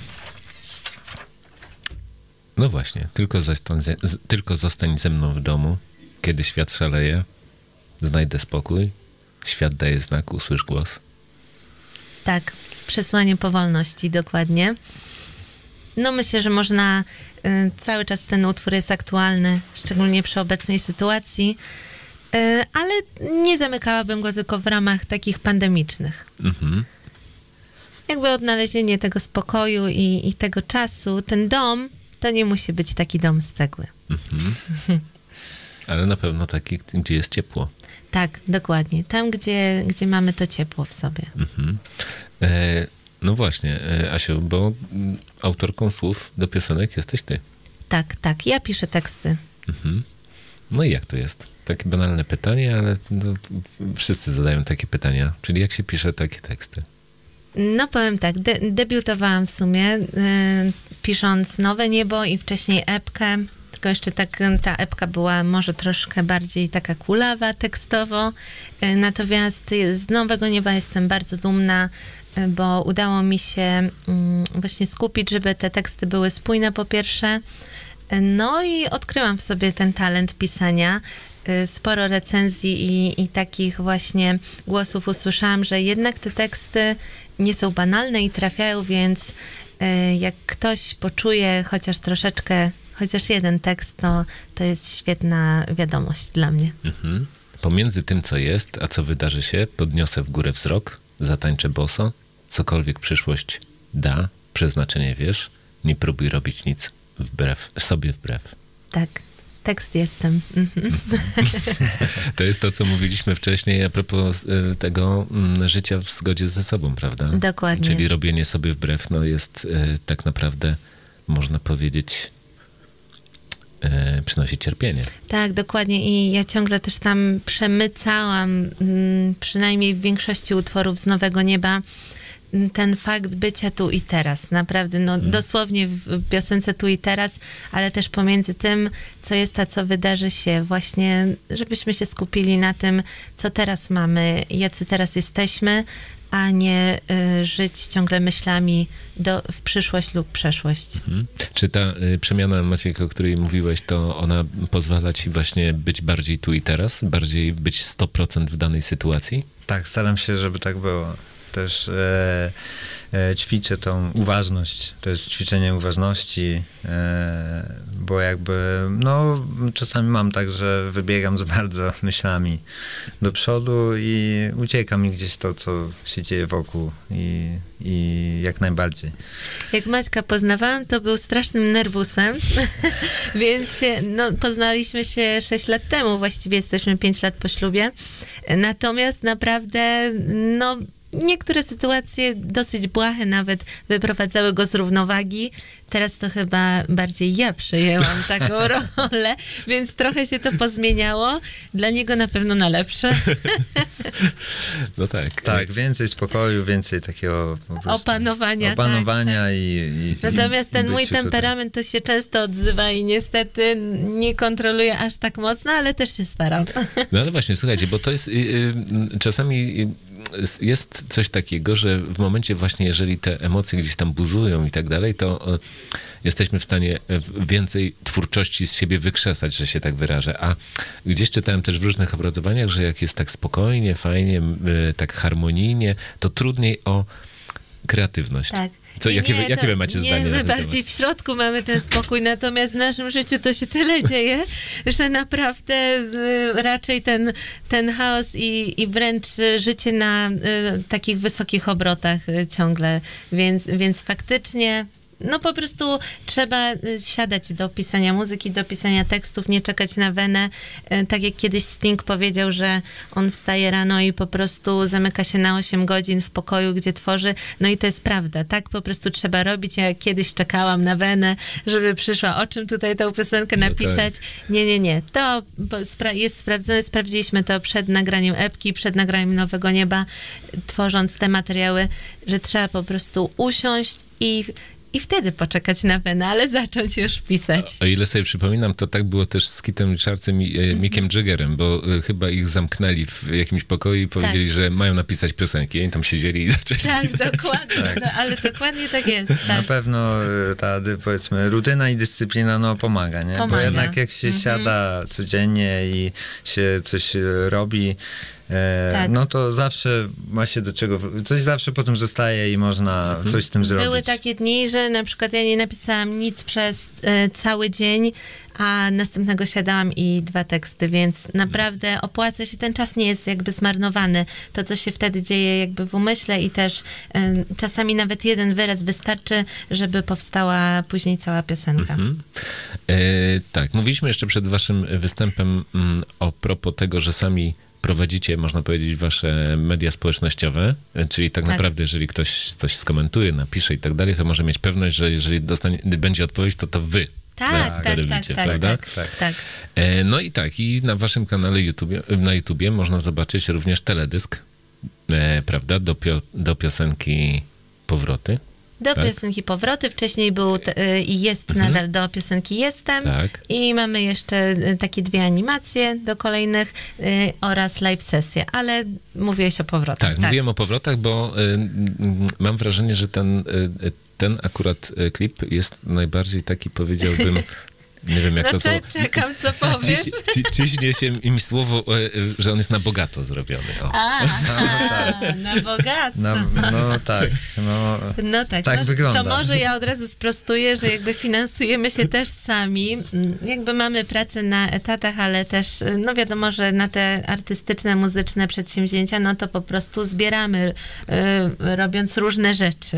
No właśnie, tylko zostań, ze, z, tylko zostań ze mną w domu, kiedy świat szaleje. Znajdę spokój. Świat daje znak, usłysz głos. Tak, przesłanie powolności, dokładnie. No myślę, że można, y, cały czas ten utwór jest aktualny, szczególnie przy obecnej sytuacji, y, ale nie zamykałabym go tylko w ramach takich pandemicznych. Mhm. Jakby odnalezienie tego spokoju i, i tego czasu, ten dom, to nie musi być taki dom z cegły. Mhm. Ale na pewno taki, gdzie jest ciepło. Tak, dokładnie. Tam, gdzie, gdzie mamy to ciepło w sobie. Mhm. E, no właśnie, e, Asiu, bo m, autorką słów do piosenek jesteś ty. Tak, tak. Ja piszę teksty. Mhm. No i jak to jest? Takie banalne pytanie, ale no, wszyscy zadają takie pytania. Czyli jak się pisze takie teksty? No powiem tak, de- debiutowałam w sumie, y, pisząc Nowe Niebo i wcześniej epkę. Tylko jeszcze tak, ta epka była może troszkę bardziej taka kulawa tekstowo. Y, natomiast z Nowego Nieba jestem bardzo dumna, y, bo udało mi się y, właśnie skupić, żeby te teksty były spójne po pierwsze. Y, no i odkryłam w sobie ten talent pisania. Y, sporo recenzji i, i takich właśnie głosów usłyszałam, że jednak te teksty nie są banalne i trafiają, więc y, jak ktoś poczuje chociaż troszeczkę, chociaż jeden tekst, to, to jest świetna wiadomość dla mnie. Mhm. Pomiędzy tym, co jest, a co wydarzy się, podniosę w górę wzrok, zatańczę boso, cokolwiek przyszłość da, przeznaczenie wiesz, nie próbuj robić nic wbrew, sobie wbrew. Tak, tekst jestem. Mhm. To jest to, co mówiliśmy wcześniej a propos y, tego y, życia w zgodzie ze sobą, prawda? Dokładnie. Czyli robienie sobie wbrew, no jest y, tak naprawdę, można powiedzieć, y, przynosi cierpienie. Tak, dokładnie i ja ciągle też tam przemycałam, mm, przynajmniej w większości utworów z Nowego Nieba, ten fakt bycia tu i teraz. Naprawdę, no hmm. dosłownie w piosence tu i teraz, ale też pomiędzy tym, co jest, a co wydarzy się. Właśnie, żebyśmy się skupili na tym, co teraz mamy, jacy teraz jesteśmy, a nie y, żyć ciągle myślami do, w przyszłość lub przeszłość. Mhm. Czy ta y, przemiana, Maciek, o której mówiłeś, to ona pozwala ci właśnie być bardziej tu i teraz? Bardziej być sto procent w danej sytuacji? Tak, staram się, żeby tak było. Też e, e, ćwiczę tą uważność, to jest ćwiczenie uważności, e, bo jakby, no czasami mam tak, że wybiegam za bardzo myślami do przodu i ucieka mi gdzieś to, co się dzieje wokół i, i jak najbardziej. Jak Maćka poznawałam, to był strasznym nerwusem, więc się, no, poznaliśmy się sześć lat temu, właściwie jesteśmy pięć lat po ślubie, natomiast naprawdę, no niektóre sytuacje dosyć błahe nawet wyprowadzały go z równowagi. Teraz to chyba bardziej ja przejęłam taką rolę, więc trochę się to pozmieniało. Dla niego na pewno na lepsze. No tak. Tak, więcej spokoju, więcej takiego po prostu opanowania. Opanowania tak, i, i Natomiast ten mój tutaj. temperament to się często odzywa i niestety nie kontroluję aż tak mocno, ale też się staram. No ale właśnie, słuchajcie, bo to jest y, y, czasami y, jest coś takiego, że w momencie właśnie, jeżeli te emocje gdzieś tam buzują i tak dalej, to y, jesteśmy w stanie więcej twórczości z siebie wykrzesać, że się tak wyrażę. A gdzieś czytałem też w różnych opracowaniach, że jak jest tak spokojnie, fajnie, y, tak harmonijnie, to trudniej o kreatywność. Tak. Co, nie, jakie, nie, wy, jakie wy macie nie, zdanie my na ten bardziej temat? w środku mamy ten spokój, natomiast w naszym życiu to się tyle dzieje, że naprawdę y, raczej ten, ten chaos i, i wręcz życie na y, takich wysokich obrotach y, ciągle, więc, więc faktycznie no po prostu trzeba y, siadać do pisania muzyki, do pisania tekstów, nie czekać na wenę. Y, tak jak kiedyś Sting powiedział, że on wstaje rano i po prostu zamyka się na osiem godzin w pokoju, gdzie tworzy. No i to jest prawda. Tak po prostu trzeba robić. Ja kiedyś czekałam na wenę, żeby przyszła, o czym tutaj tę piosenkę napisać. Nie, nie, nie. To spra- jest sprawdzone. Sprawdziliśmy to przed nagraniem epki, przed nagraniem Nowego Nieba, tworząc te materiały, że trzeba po prostu usiąść i, i wtedy poczekać na wenę, ale zacząć już pisać. O ile sobie przypominam, to tak było też z Keithem Richardsem i e, Mickiem Jaggerem, bo e, chyba ich zamknęli w jakimś pokoju i powiedzieli, tak. że mają napisać piosenki. I oni tam siedzieli i zaczęli Tak, pisać. dokładnie, tak. No, ale dokładnie tak jest. Tak. Na pewno y, ta, dy- powiedzmy, rutyna i dyscyplina no, pomaga, nie? Pomaga. Bo jednak jak się Mhm. siada codziennie i się coś y, robi, e, Tak. no to zawsze ma się do czego, coś zawsze potem zostaje i można coś z tym zrobić. Były takie dni, że na przykład ja nie napisałam nic przez e, cały dzień, a następnego siadałam i dwa teksty, więc naprawdę opłaca się, ten czas nie jest jakby zmarnowany. To, co się wtedy dzieje jakby w umyśle i też e, czasami nawet jeden wyraz wystarczy, żeby powstała później cała piosenka. Mhm. E, tak, mówiliśmy jeszcze przed waszym występem mm, o propos tego, że sami prowadzicie, można powiedzieć, wasze media społecznościowe, e, czyli tak, Tak. naprawdę, jeżeli ktoś coś skomentuje, napisze i tak dalej, to może mieć pewność, że jeżeli dostanie, będzie odpowiedź, to to wy Tak, to tak, tak, robicie, tak, prawda? tak, Tak. tak. E, no i tak, i na waszym kanale YouTubie, na YouTubie można zobaczyć również teledysk, e, prawda, do, pio, do piosenki Powroty. Do Tak. piosenki Powroty, wcześniej był te- y, i jest Mhm. nadal do piosenki Jestem. Tak. I mamy jeszcze y, takie dwie animacje do kolejnych y, oraz live sesje, ale mówiłeś o Powrotach. Tak, mówiłem o Powrotach, bo y, y, mam wrażenie, że ten, y, y, ten akurat y, klip jest najbardziej taki, powiedziałbym, nie wiem jak No to cze- słowo... czekam, co powiesz. Ciś, ci- ciśnie się im słowo, y, y, że on jest na bogato zrobiony. O. A, a, na bogato. No, no tak, no, No tak, tak no, wygląda. to może ja od razu sprostuję, że jakby finansujemy się też sami. Mm, Jakby mamy pracę na etatach, ale też, y, no wiadomo, że na te artystyczne, muzyczne przedsięwzięcia, no to po prostu zbieramy, y, robiąc różne rzeczy.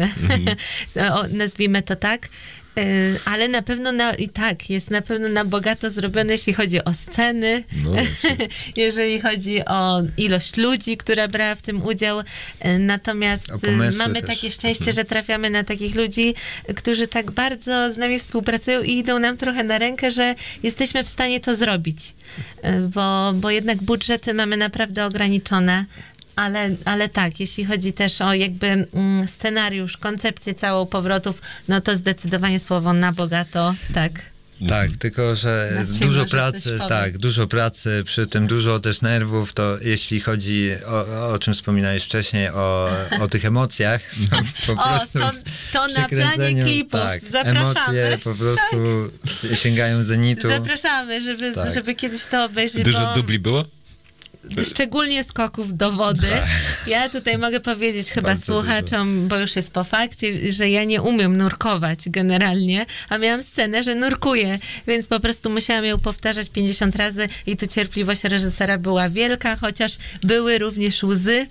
o, nazwijmy to tak. Y, Ale na pewno na, i tak, jest na pewno na bogato zrobione, jeśli chodzi o sceny, No właśnie. jeżeli chodzi o ilość ludzi, która brała w tym udział. Y, Natomiast O y, pomysły mamy też. takie szczęście, że trafiamy na takich ludzi, y, którzy tak bardzo z nami współpracują i idą nam trochę na rękę, że jesteśmy w stanie to zrobić. Y, Bo, bo jednak budżety mamy naprawdę ograniczone. Ale, ale tak, jeśli chodzi też o jakby mm, scenariusz, koncepcję całą Powrotów, no to zdecydowanie słowo na bogato, tak. Tak, tylko że Maciej dużo może pracy, coś powie. tak, dużo pracy, przy tym dużo też nerwów, to jeśli chodzi o, o czym wspominałeś wcześniej, o, o tych emocjach, to po O, prostu to, to przy na planie kręceniu, klipów, tak, zapraszamy. emocje po prostu s- sięgają zenitu. Zapraszamy, żeby, Tak. żeby kiedyś to obejrzeć, Dużo bo dubli było? szczególnie skoków do wody. Ja tutaj mogę powiedzieć chyba Bardzo słuchaczom, bo już jest po fakcie, że ja nie umiem nurkować generalnie, a miałam scenę, że nurkuję, więc po prostu musiałam ją powtarzać pięćdziesiąt razy i tu cierpliwość reżysera była wielka, chociaż były również łzy.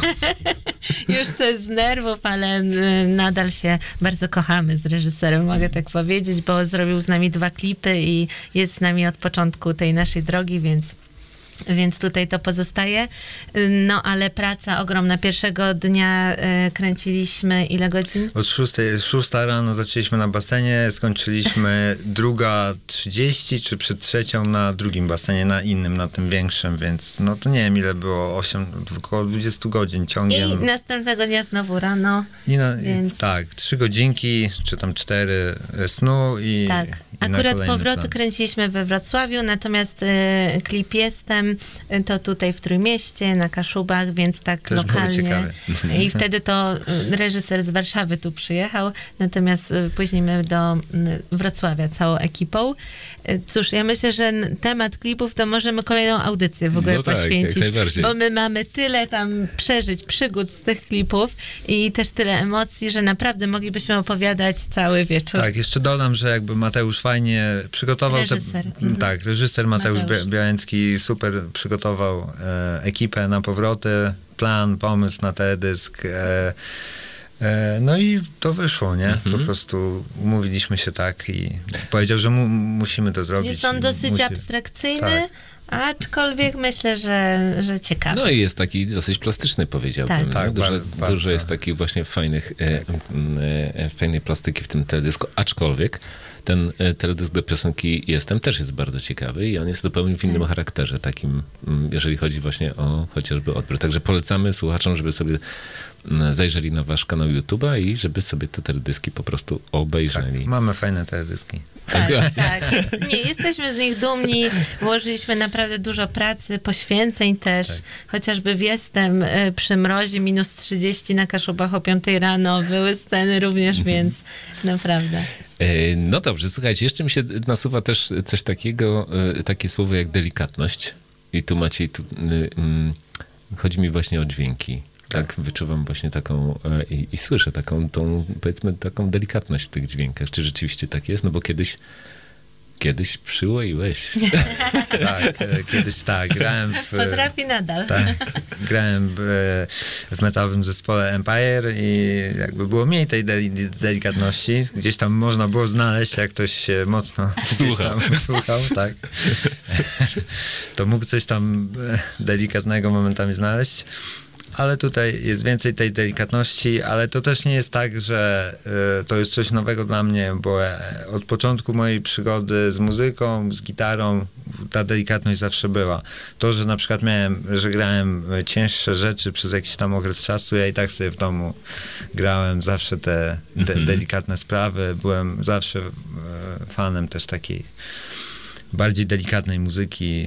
Już to jest z nerwów, ale y, nadal się bardzo kochamy z reżyserem, mogę tak powiedzieć, bo zrobił z nami dwa klipy i jest z nami od początku tej naszej drogi, więc Więc tutaj to pozostaje. No ale praca ogromna. Pierwszego dnia y, kręciliśmy ile godzin? Od szóstej, szósta rano zaczęliśmy na basenie, skończyliśmy druga trzydzieści, czy przed trzecią na drugim basenie, na innym, na tym większym, więc no to nie wiem ile było, osiem, około dwadzieścia godzin ciągiem. I następnego dnia znowu rano. I na, więc- i, tak, trzy godzinki, czy tam cztery snu i Tak. i na Akurat kolejny Powroty plan. kręciliśmy we Wrocławiu, natomiast y, klip Jestem y, to tutaj w Trójmieście, na Kaszubach, więc tak Też było lokalnie. ciekawe. I wtedy to y, reżyser z Warszawy tu przyjechał, natomiast y, później my do y, Wrocławia całą ekipą. Y, cóż, ja myślę, że n- temat klipów to możemy kolejną audycję w ogóle No tak, jak poświęcić, najbardziej. bo my mamy tyle tam przeżyć, przygód z tych klipów i też tyle emocji, że naprawdę moglibyśmy opowiadać cały wieczór. Tak, jeszcze dodam, że jakby Mateusz fajnie przygotował Reżyser. te... Mhm. Tak, reżyser Mateusz, Mateusz. Bia- Białęcki super przygotował e, ekipę na Powroty, plan, pomysł na teledysk. E, E, no i to wyszło, nie? Mhm. Po prostu umówiliśmy się tak i powiedział, że mu, musimy to zrobić. Jest on i dosyć musi... abstrakcyjny, Tak. aczkolwiek myślę, że, że ciekawy. No i jest taki dosyć plastyczny, powiedziałbym. Tak. nie? Tak, dużo, bardzo, bardzo. dużo jest takich właśnie fajnych, e, e, fajnej plastyki w tym teledysku, aczkolwiek ten e, teledysk do piosenki Jestem też jest bardzo ciekawy i on jest zupełnie w innym charakterze, takim, mm, jeżeli chodzi właśnie o chociażby odbiór. Także polecamy słuchaczom, żeby sobie mm, zajrzeli na wasz kanał YouTube'a i żeby sobie te teledyski po prostu Tak, obejrzeli. mamy fajne teledyski. Tak, tak. Nie, jesteśmy z nich dumni. Włożyliśmy naprawdę dużo pracy, poświęceń też. Tak. Chociażby w Jestem y, przy mrozie minus trzydzieści na Kaszubach o piątej rano. Były sceny również, więc naprawdę. E, No dobrze, słuchajcie, jeszcze mi się nasuwa też coś takiego, e, takie słowo jak delikatność. I tu Maciej, tu, y, mm, chodzi mi właśnie o dźwięki. Tak, wyczuwam właśnie taką e, i, i słyszę taką, tą, powiedzmy, taką delikatność w tych dźwiękach. Czy rzeczywiście tak jest? No bo kiedyś, kiedyś przyłoiłeś. Tak, e, kiedyś tak, grałem w... Potrafi nadal. Tak, grałem w, w metalowym zespole Empire i jakby było mniej tej deli, delikatności. Gdzieś tam można było znaleźć, jak ktoś się mocno gdzieś tam słuchał, tak. To mógł coś tam delikatnego momentami znaleźć. Ale tutaj jest więcej tej delikatności, ale to też nie jest tak, że y, to jest coś nowego dla mnie, bo e, od początku mojej przygody z muzyką, z gitarą, ta delikatność zawsze była. To, że na przykład miałem, że grałem cięższe rzeczy przez jakiś tam okres czasu, ja i tak sobie w domu grałem zawsze te, te Mhm. delikatne sprawy, byłem zawsze e, fanem też takiej bardziej delikatnej muzyki.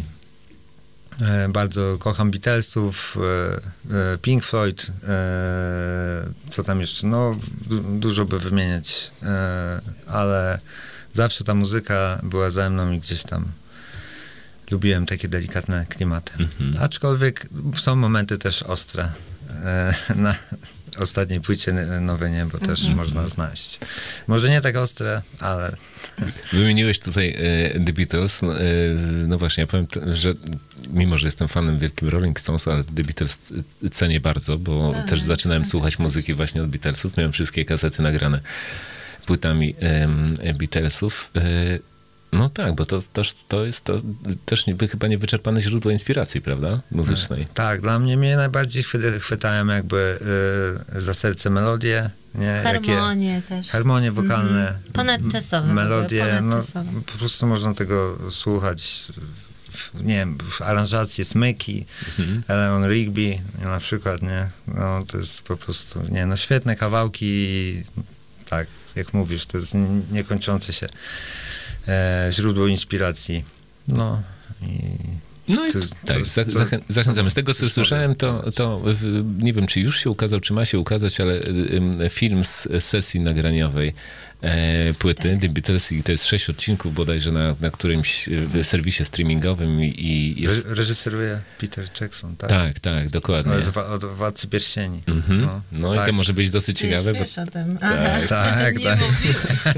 E, Bardzo kocham Beatlesów, e, e, Pink Floyd, e, co tam jeszcze, no du- dużo by wymieniać, e, ale zawsze ta muzyka była ze mną i gdzieś tam lubiłem takie delikatne klimaty. Mhm. Aczkolwiek są momenty też ostre. E, Na ostatniej płycie nowej Niebo też można znaleźć. Może nie tak ostre, ale Wymieniłeś tutaj e, The Beatles. No, e, no właśnie, ja powiem, t- że mimo, że jestem fanem wielkim Rolling Stones, ale The Beatles c- cenię bardzo, bo A, też zaczynałem Stonesy słuchać też. muzyki właśnie od Beatlesów. Miałem wszystkie kasety nagrane płytami em, Beatlesów. E, no tak, bo to, to, to jest to też nie, chyba niewyczerpane źródło inspiracji, prawda? Muzycznej. tak, dla mnie mnie najbardziej chwy- chwytają jakby y, za serce melodie, nie? Jakie Harmonie też. harmonie wokalne, Mhm. Ponadczasowe m- w ogóle, melodie, no ponadczasowe. po prostu można tego słuchać, w- nie wiem, w aranżacje Smyki, Mhm. Eleanor Rigby na przykład, nie? No to jest po prostu, nie, no świetne kawałki i tak, jak mówisz, to jest n- niekończące się e, źródło inspiracji. No i No i Co- tak, co- za, co- zachę, zachęcamy. Z tego, co co słyszałem, to, człowiek to w, nie wiem, czy już się ukazał, czy ma się ukazać, ale ym, film z sesji nagraniowej e, płyty The Beatles i to jest sześć odcinków bodajże na, na którymś e, serwisie streamingowym i, i jest... Re- reżyseruje Peter Jackson, tak? Tak, tak, dokładnie. No, z wa- od Władcy Pierścieni. Mhm. No, No i tak. to może być dosyć ciekawe, bo, Wiesz o tym. Aha. Tak, Nie tak. mówiłeś.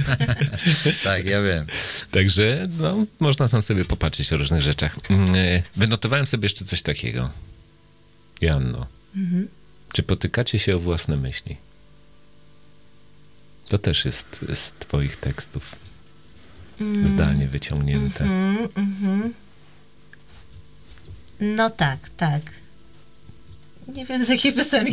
Tak, ja wiem. także no, można tam sobie popatrzeć o różnych rzeczach. Mm, e, Wynotowałem sobie jeszcze coś takiego. Joanno, Mhm. czy potykacie się o własne myśli? To też jest z twoich tekstów. Mm. Zdanie wyciągnięte. Mhm, mhm. No tak, tak. Nie wiem z jakiej piosenki.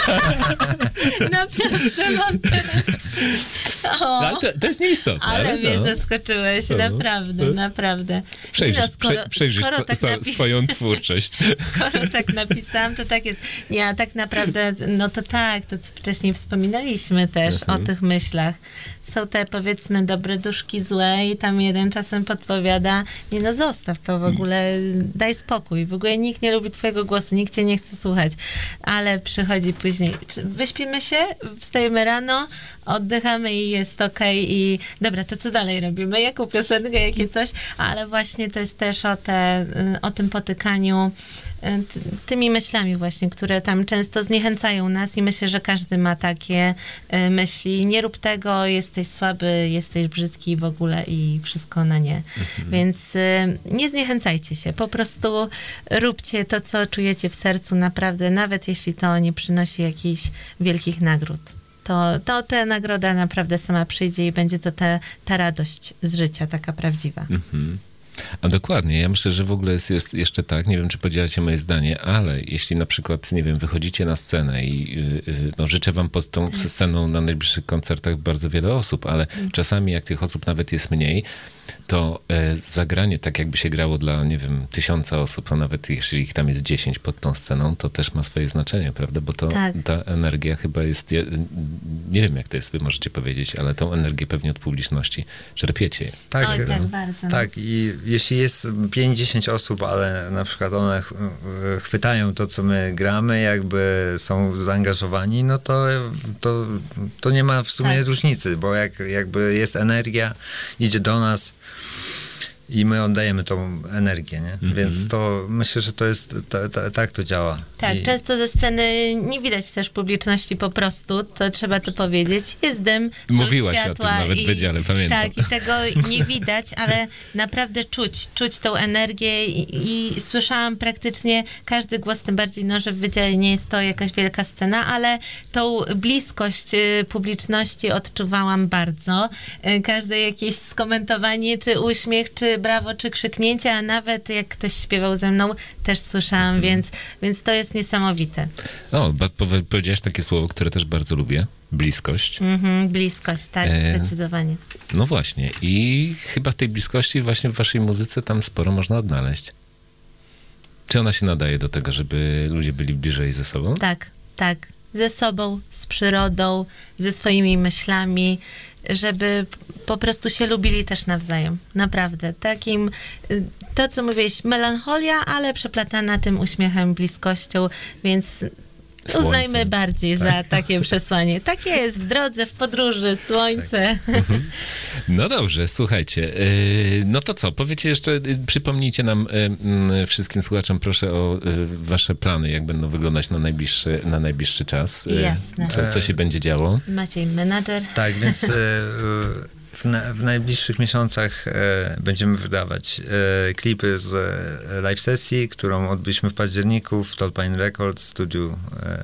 Naprawdę mam teraz. O, No, ale to, to jest nieistotne. ale mnie no. zaskoczyłeś, No. naprawdę, No. naprawdę. Przejrzysz, No, skoro- prze, przejrzysz skoro swo, tak swo, napi- swoją twórczość. Skoro tak napisałam, to tak jest. Nie, a tak naprawdę, no to tak, to co wcześniej wspominaliśmy też Mhm. o tych myślach. Są te, powiedzmy, dobre duszki złe i tam jeden czasem podpowiada, nie no zostaw to w ogóle, daj spokój, w ogóle nikt nie lubi twojego głosu, nikt cię nie chce słuchać. Ale przychodzi później, czy wyśpimy się, wstajemy rano, oddychamy i jest okej i dobra, to co dalej robimy? Jaką piosenkę, jakie coś? Ale właśnie to jest też o, te, o tym potykaniu ty- tymi myślami właśnie, które tam często zniechęcają nas i myślę, że każdy ma takie y, myśli. Nie rób tego, jesteś słaby, jesteś brzydki w ogóle i wszystko na nie. Więc y, nie zniechęcajcie się. Po prostu róbcie to, co czujecie w sercu naprawdę, nawet jeśli to nie przynosi jakichś wielkich nagród. to, to ta nagroda naprawdę sama przyjdzie i będzie to ta, ta radość z życia, taka prawdziwa. Mhm. A dokładnie, ja myślę, że w ogóle jest, jest jeszcze tak, nie wiem, czy podzielacie moje zdanie, ale jeśli na przykład, nie wiem, wychodzicie na scenę i yy, no, życzę wam pod tą sceną na najbliższych koncertach bardzo wiele osób, ale czasami jak tych osób nawet jest mniej, to e, zagranie tak jakby się grało dla, nie wiem, tysiąca osób, a nawet jeśli ich tam jest dziesięć pod tą sceną, to też ma swoje znaczenie, prawda? Bo to Tak. ta energia chyba jest, ja, nie wiem jak to jest, wy możecie powiedzieć, ale tą energię pewnie od publiczności czerpiecie. Tak, Oj, tak, bardzo. No. tak, i jeśli jest pięć dziesięć osób, ale na przykład one ch- chwytają to, co my gramy, jakby są zaangażowani, no to, to, to nie ma w sumie Tak. różnicy, bo jak, jakby jest energia, idzie do nas i my oddajemy tą energię, nie? Mhm. Więc to myślę, że to jest, ta, ta, tak to działa. Tak, I, często ze sceny nie widać też publiczności po prostu, to trzeba to powiedzieć. Jest dym, są Mówiłaś o tym światła nawet i, w wydziale, pamiętam. Tak, i tego nie widać, ale naprawdę czuć, czuć tą energię i, i słyszałam praktycznie każdy głos, tym bardziej, no, że w wydziale nie jest to jakaś wielka scena, ale tą bliskość y, publiczności odczuwałam bardzo. Y, Każde jakieś skomentowanie, czy uśmiech, czy brawo, czy krzyknięcie, a nawet jak ktoś śpiewał ze mną, też słyszałam, Mhm. więc, więc to jest niesamowite. O, ba- powie- powiedziałeś takie słowo, które też bardzo lubię, bliskość. Mhm, bliskość, tak, E, zdecydowanie. No właśnie i chyba w tej bliskości właśnie w waszej muzyce tam sporo można odnaleźć. Czy ona się nadaje do tego, żeby ludzie byli bliżej ze sobą? Tak, tak. Ze sobą, z przyrodą, ze swoimi myślami, żeby po prostu się lubili też nawzajem. Naprawdę. Takim, y, to co mówiłeś, melancholia, ale przeplatana tym uśmiechem, bliskością, więc Słońcem. uznajmy bardziej za takie przesłanie. Tak jest, w drodze, w podróży, słońce. No dobrze, słuchajcie. Yy, no to co, powiecie jeszcze, yy, przypomnijcie nam yy, yy, wszystkim słuchaczom proszę o yy, wasze plany, jak będą wyglądać na najbliższy, na najbliższy czas. Yy, Jasne. Co, co się będzie działo? Maciej, menadżer. Tak, więc e, w, na, w najbliższych miesiącach e, będziemy wydawać e, klipy z e, live sesji, którą odbyliśmy w październiku w Tall Pine Records studiu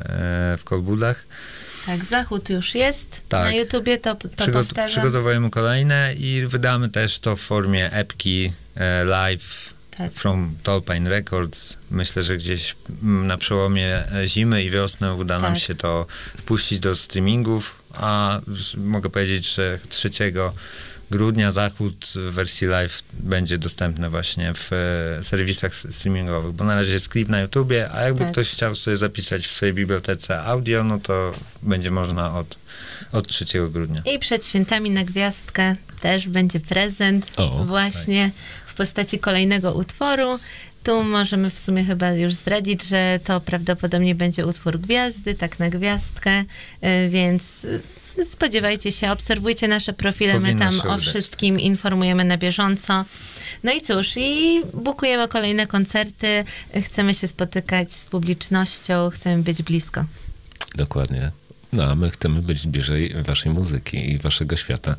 e, w Kolbudach. Tak, zachód już jest. Tak. Na YouTubie to, to Przygo- powtarzam. przygotowujemy kolejne i wydamy też to w formie epki e, live Tak. from Tall Pine Records. Myślę, że gdzieś mm, na przełomie e, zimy i wiosny uda nam Tak. się to wpuścić do streamingów, a s- mogę powiedzieć, że trzeciego grudnia zachód w wersji live będzie dostępny właśnie w e, serwisach s- streamingowych, bo na razie jest klip na YouTubie, a jakby Tak. ktoś chciał sobie zapisać w swojej bibliotece audio, no to będzie można od, od trzeciego grudnia. I przed świętami na gwiazdkę też będzie prezent O, właśnie w postaci kolejnego utworu. Tu możemy w sumie chyba już zdradzić, że to prawdopodobnie będzie utwór Gwiazdy, tak na gwiazdkę, y, więc y, spodziewajcie się, obserwujcie nasze profile, my Powinno tam się o udać. wszystkim informujemy na bieżąco. No i cóż, i bukujemy kolejne koncerty, chcemy się spotykać z publicznością, chcemy być blisko. Dokładnie. No a my chcemy być bliżej waszej muzyki i waszego świata,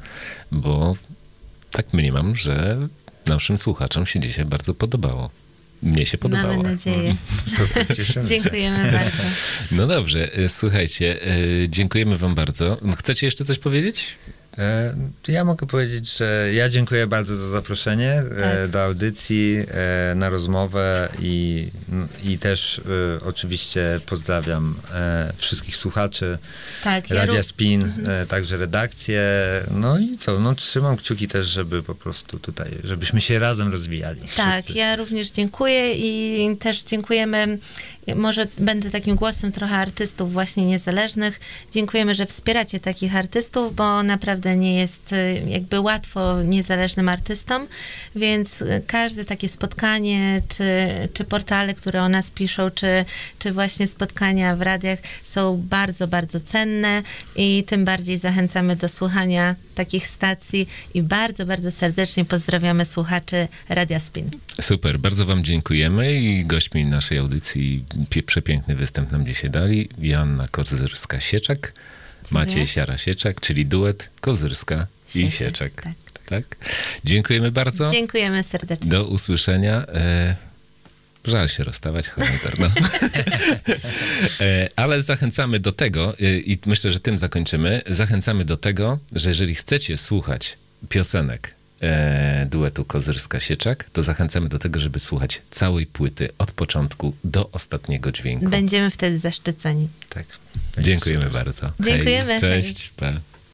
bo tak mniemam, że naszym słuchaczom się dzisiaj bardzo podobało. Mnie się podobało. Mamy nadzieję. Super, cieszymy się. Dziękujemy bardzo. No dobrze, e, słuchajcie, e, dziękujemy wam bardzo. No, chcecie jeszcze coś powiedzieć? E, Ja mogę powiedzieć, że ja dziękuję bardzo za zaproszenie e, Tak. do audycji, e, na rozmowę i, i też e, oczywiście pozdrawiam e, wszystkich słuchaczy Tak, ja Radia ró- Spin, e, także redakcję. No i co, no trzymam kciuki też, żeby po prostu tutaj, żebyśmy się razem rozwijali. Tak, wszyscy. ja również dziękuję i też dziękujemy, może będę takim głosem trochę artystów właśnie niezależnych. Dziękujemy, że wspieracie takich artystów, bo naprawdę nie jest y, jakby łatwo niezależnym artystom, więc y, każde takie spotkanie, czy, czy portale, które o nas piszą, czy, czy właśnie spotkania w radiach są bardzo, bardzo cenne i tym bardziej zachęcamy do słuchania takich stacji i bardzo, bardzo serdecznie pozdrawiamy słuchaczy Radia Spin. Super, bardzo wam dziękujemy i gośćmi naszej audycji pie- przepiękny występ nam dzisiaj dali. Joanna Kozyrska-Sieczak, Maciej Siara-Sieczak, czyli duet Kozyrska i Sieczak, Sieczak. tak. Tak? Dziękujemy bardzo. Dziękujemy serdecznie. Do usłyszenia. E, Żal się rozstawać, Horneter, no. E, Ale zachęcamy do tego, e, i myślę, że tym zakończymy, zachęcamy do tego, że jeżeli chcecie słuchać piosenek e, duetu Kozyrska-Sieczak, to zachęcamy do tego, żeby słuchać całej płyty od początku do ostatniego dźwięku. Będziemy wtedy zaszczyceni. Tak. Dziękujemy bardzo. Dziękujemy. Hej, cześć, pa.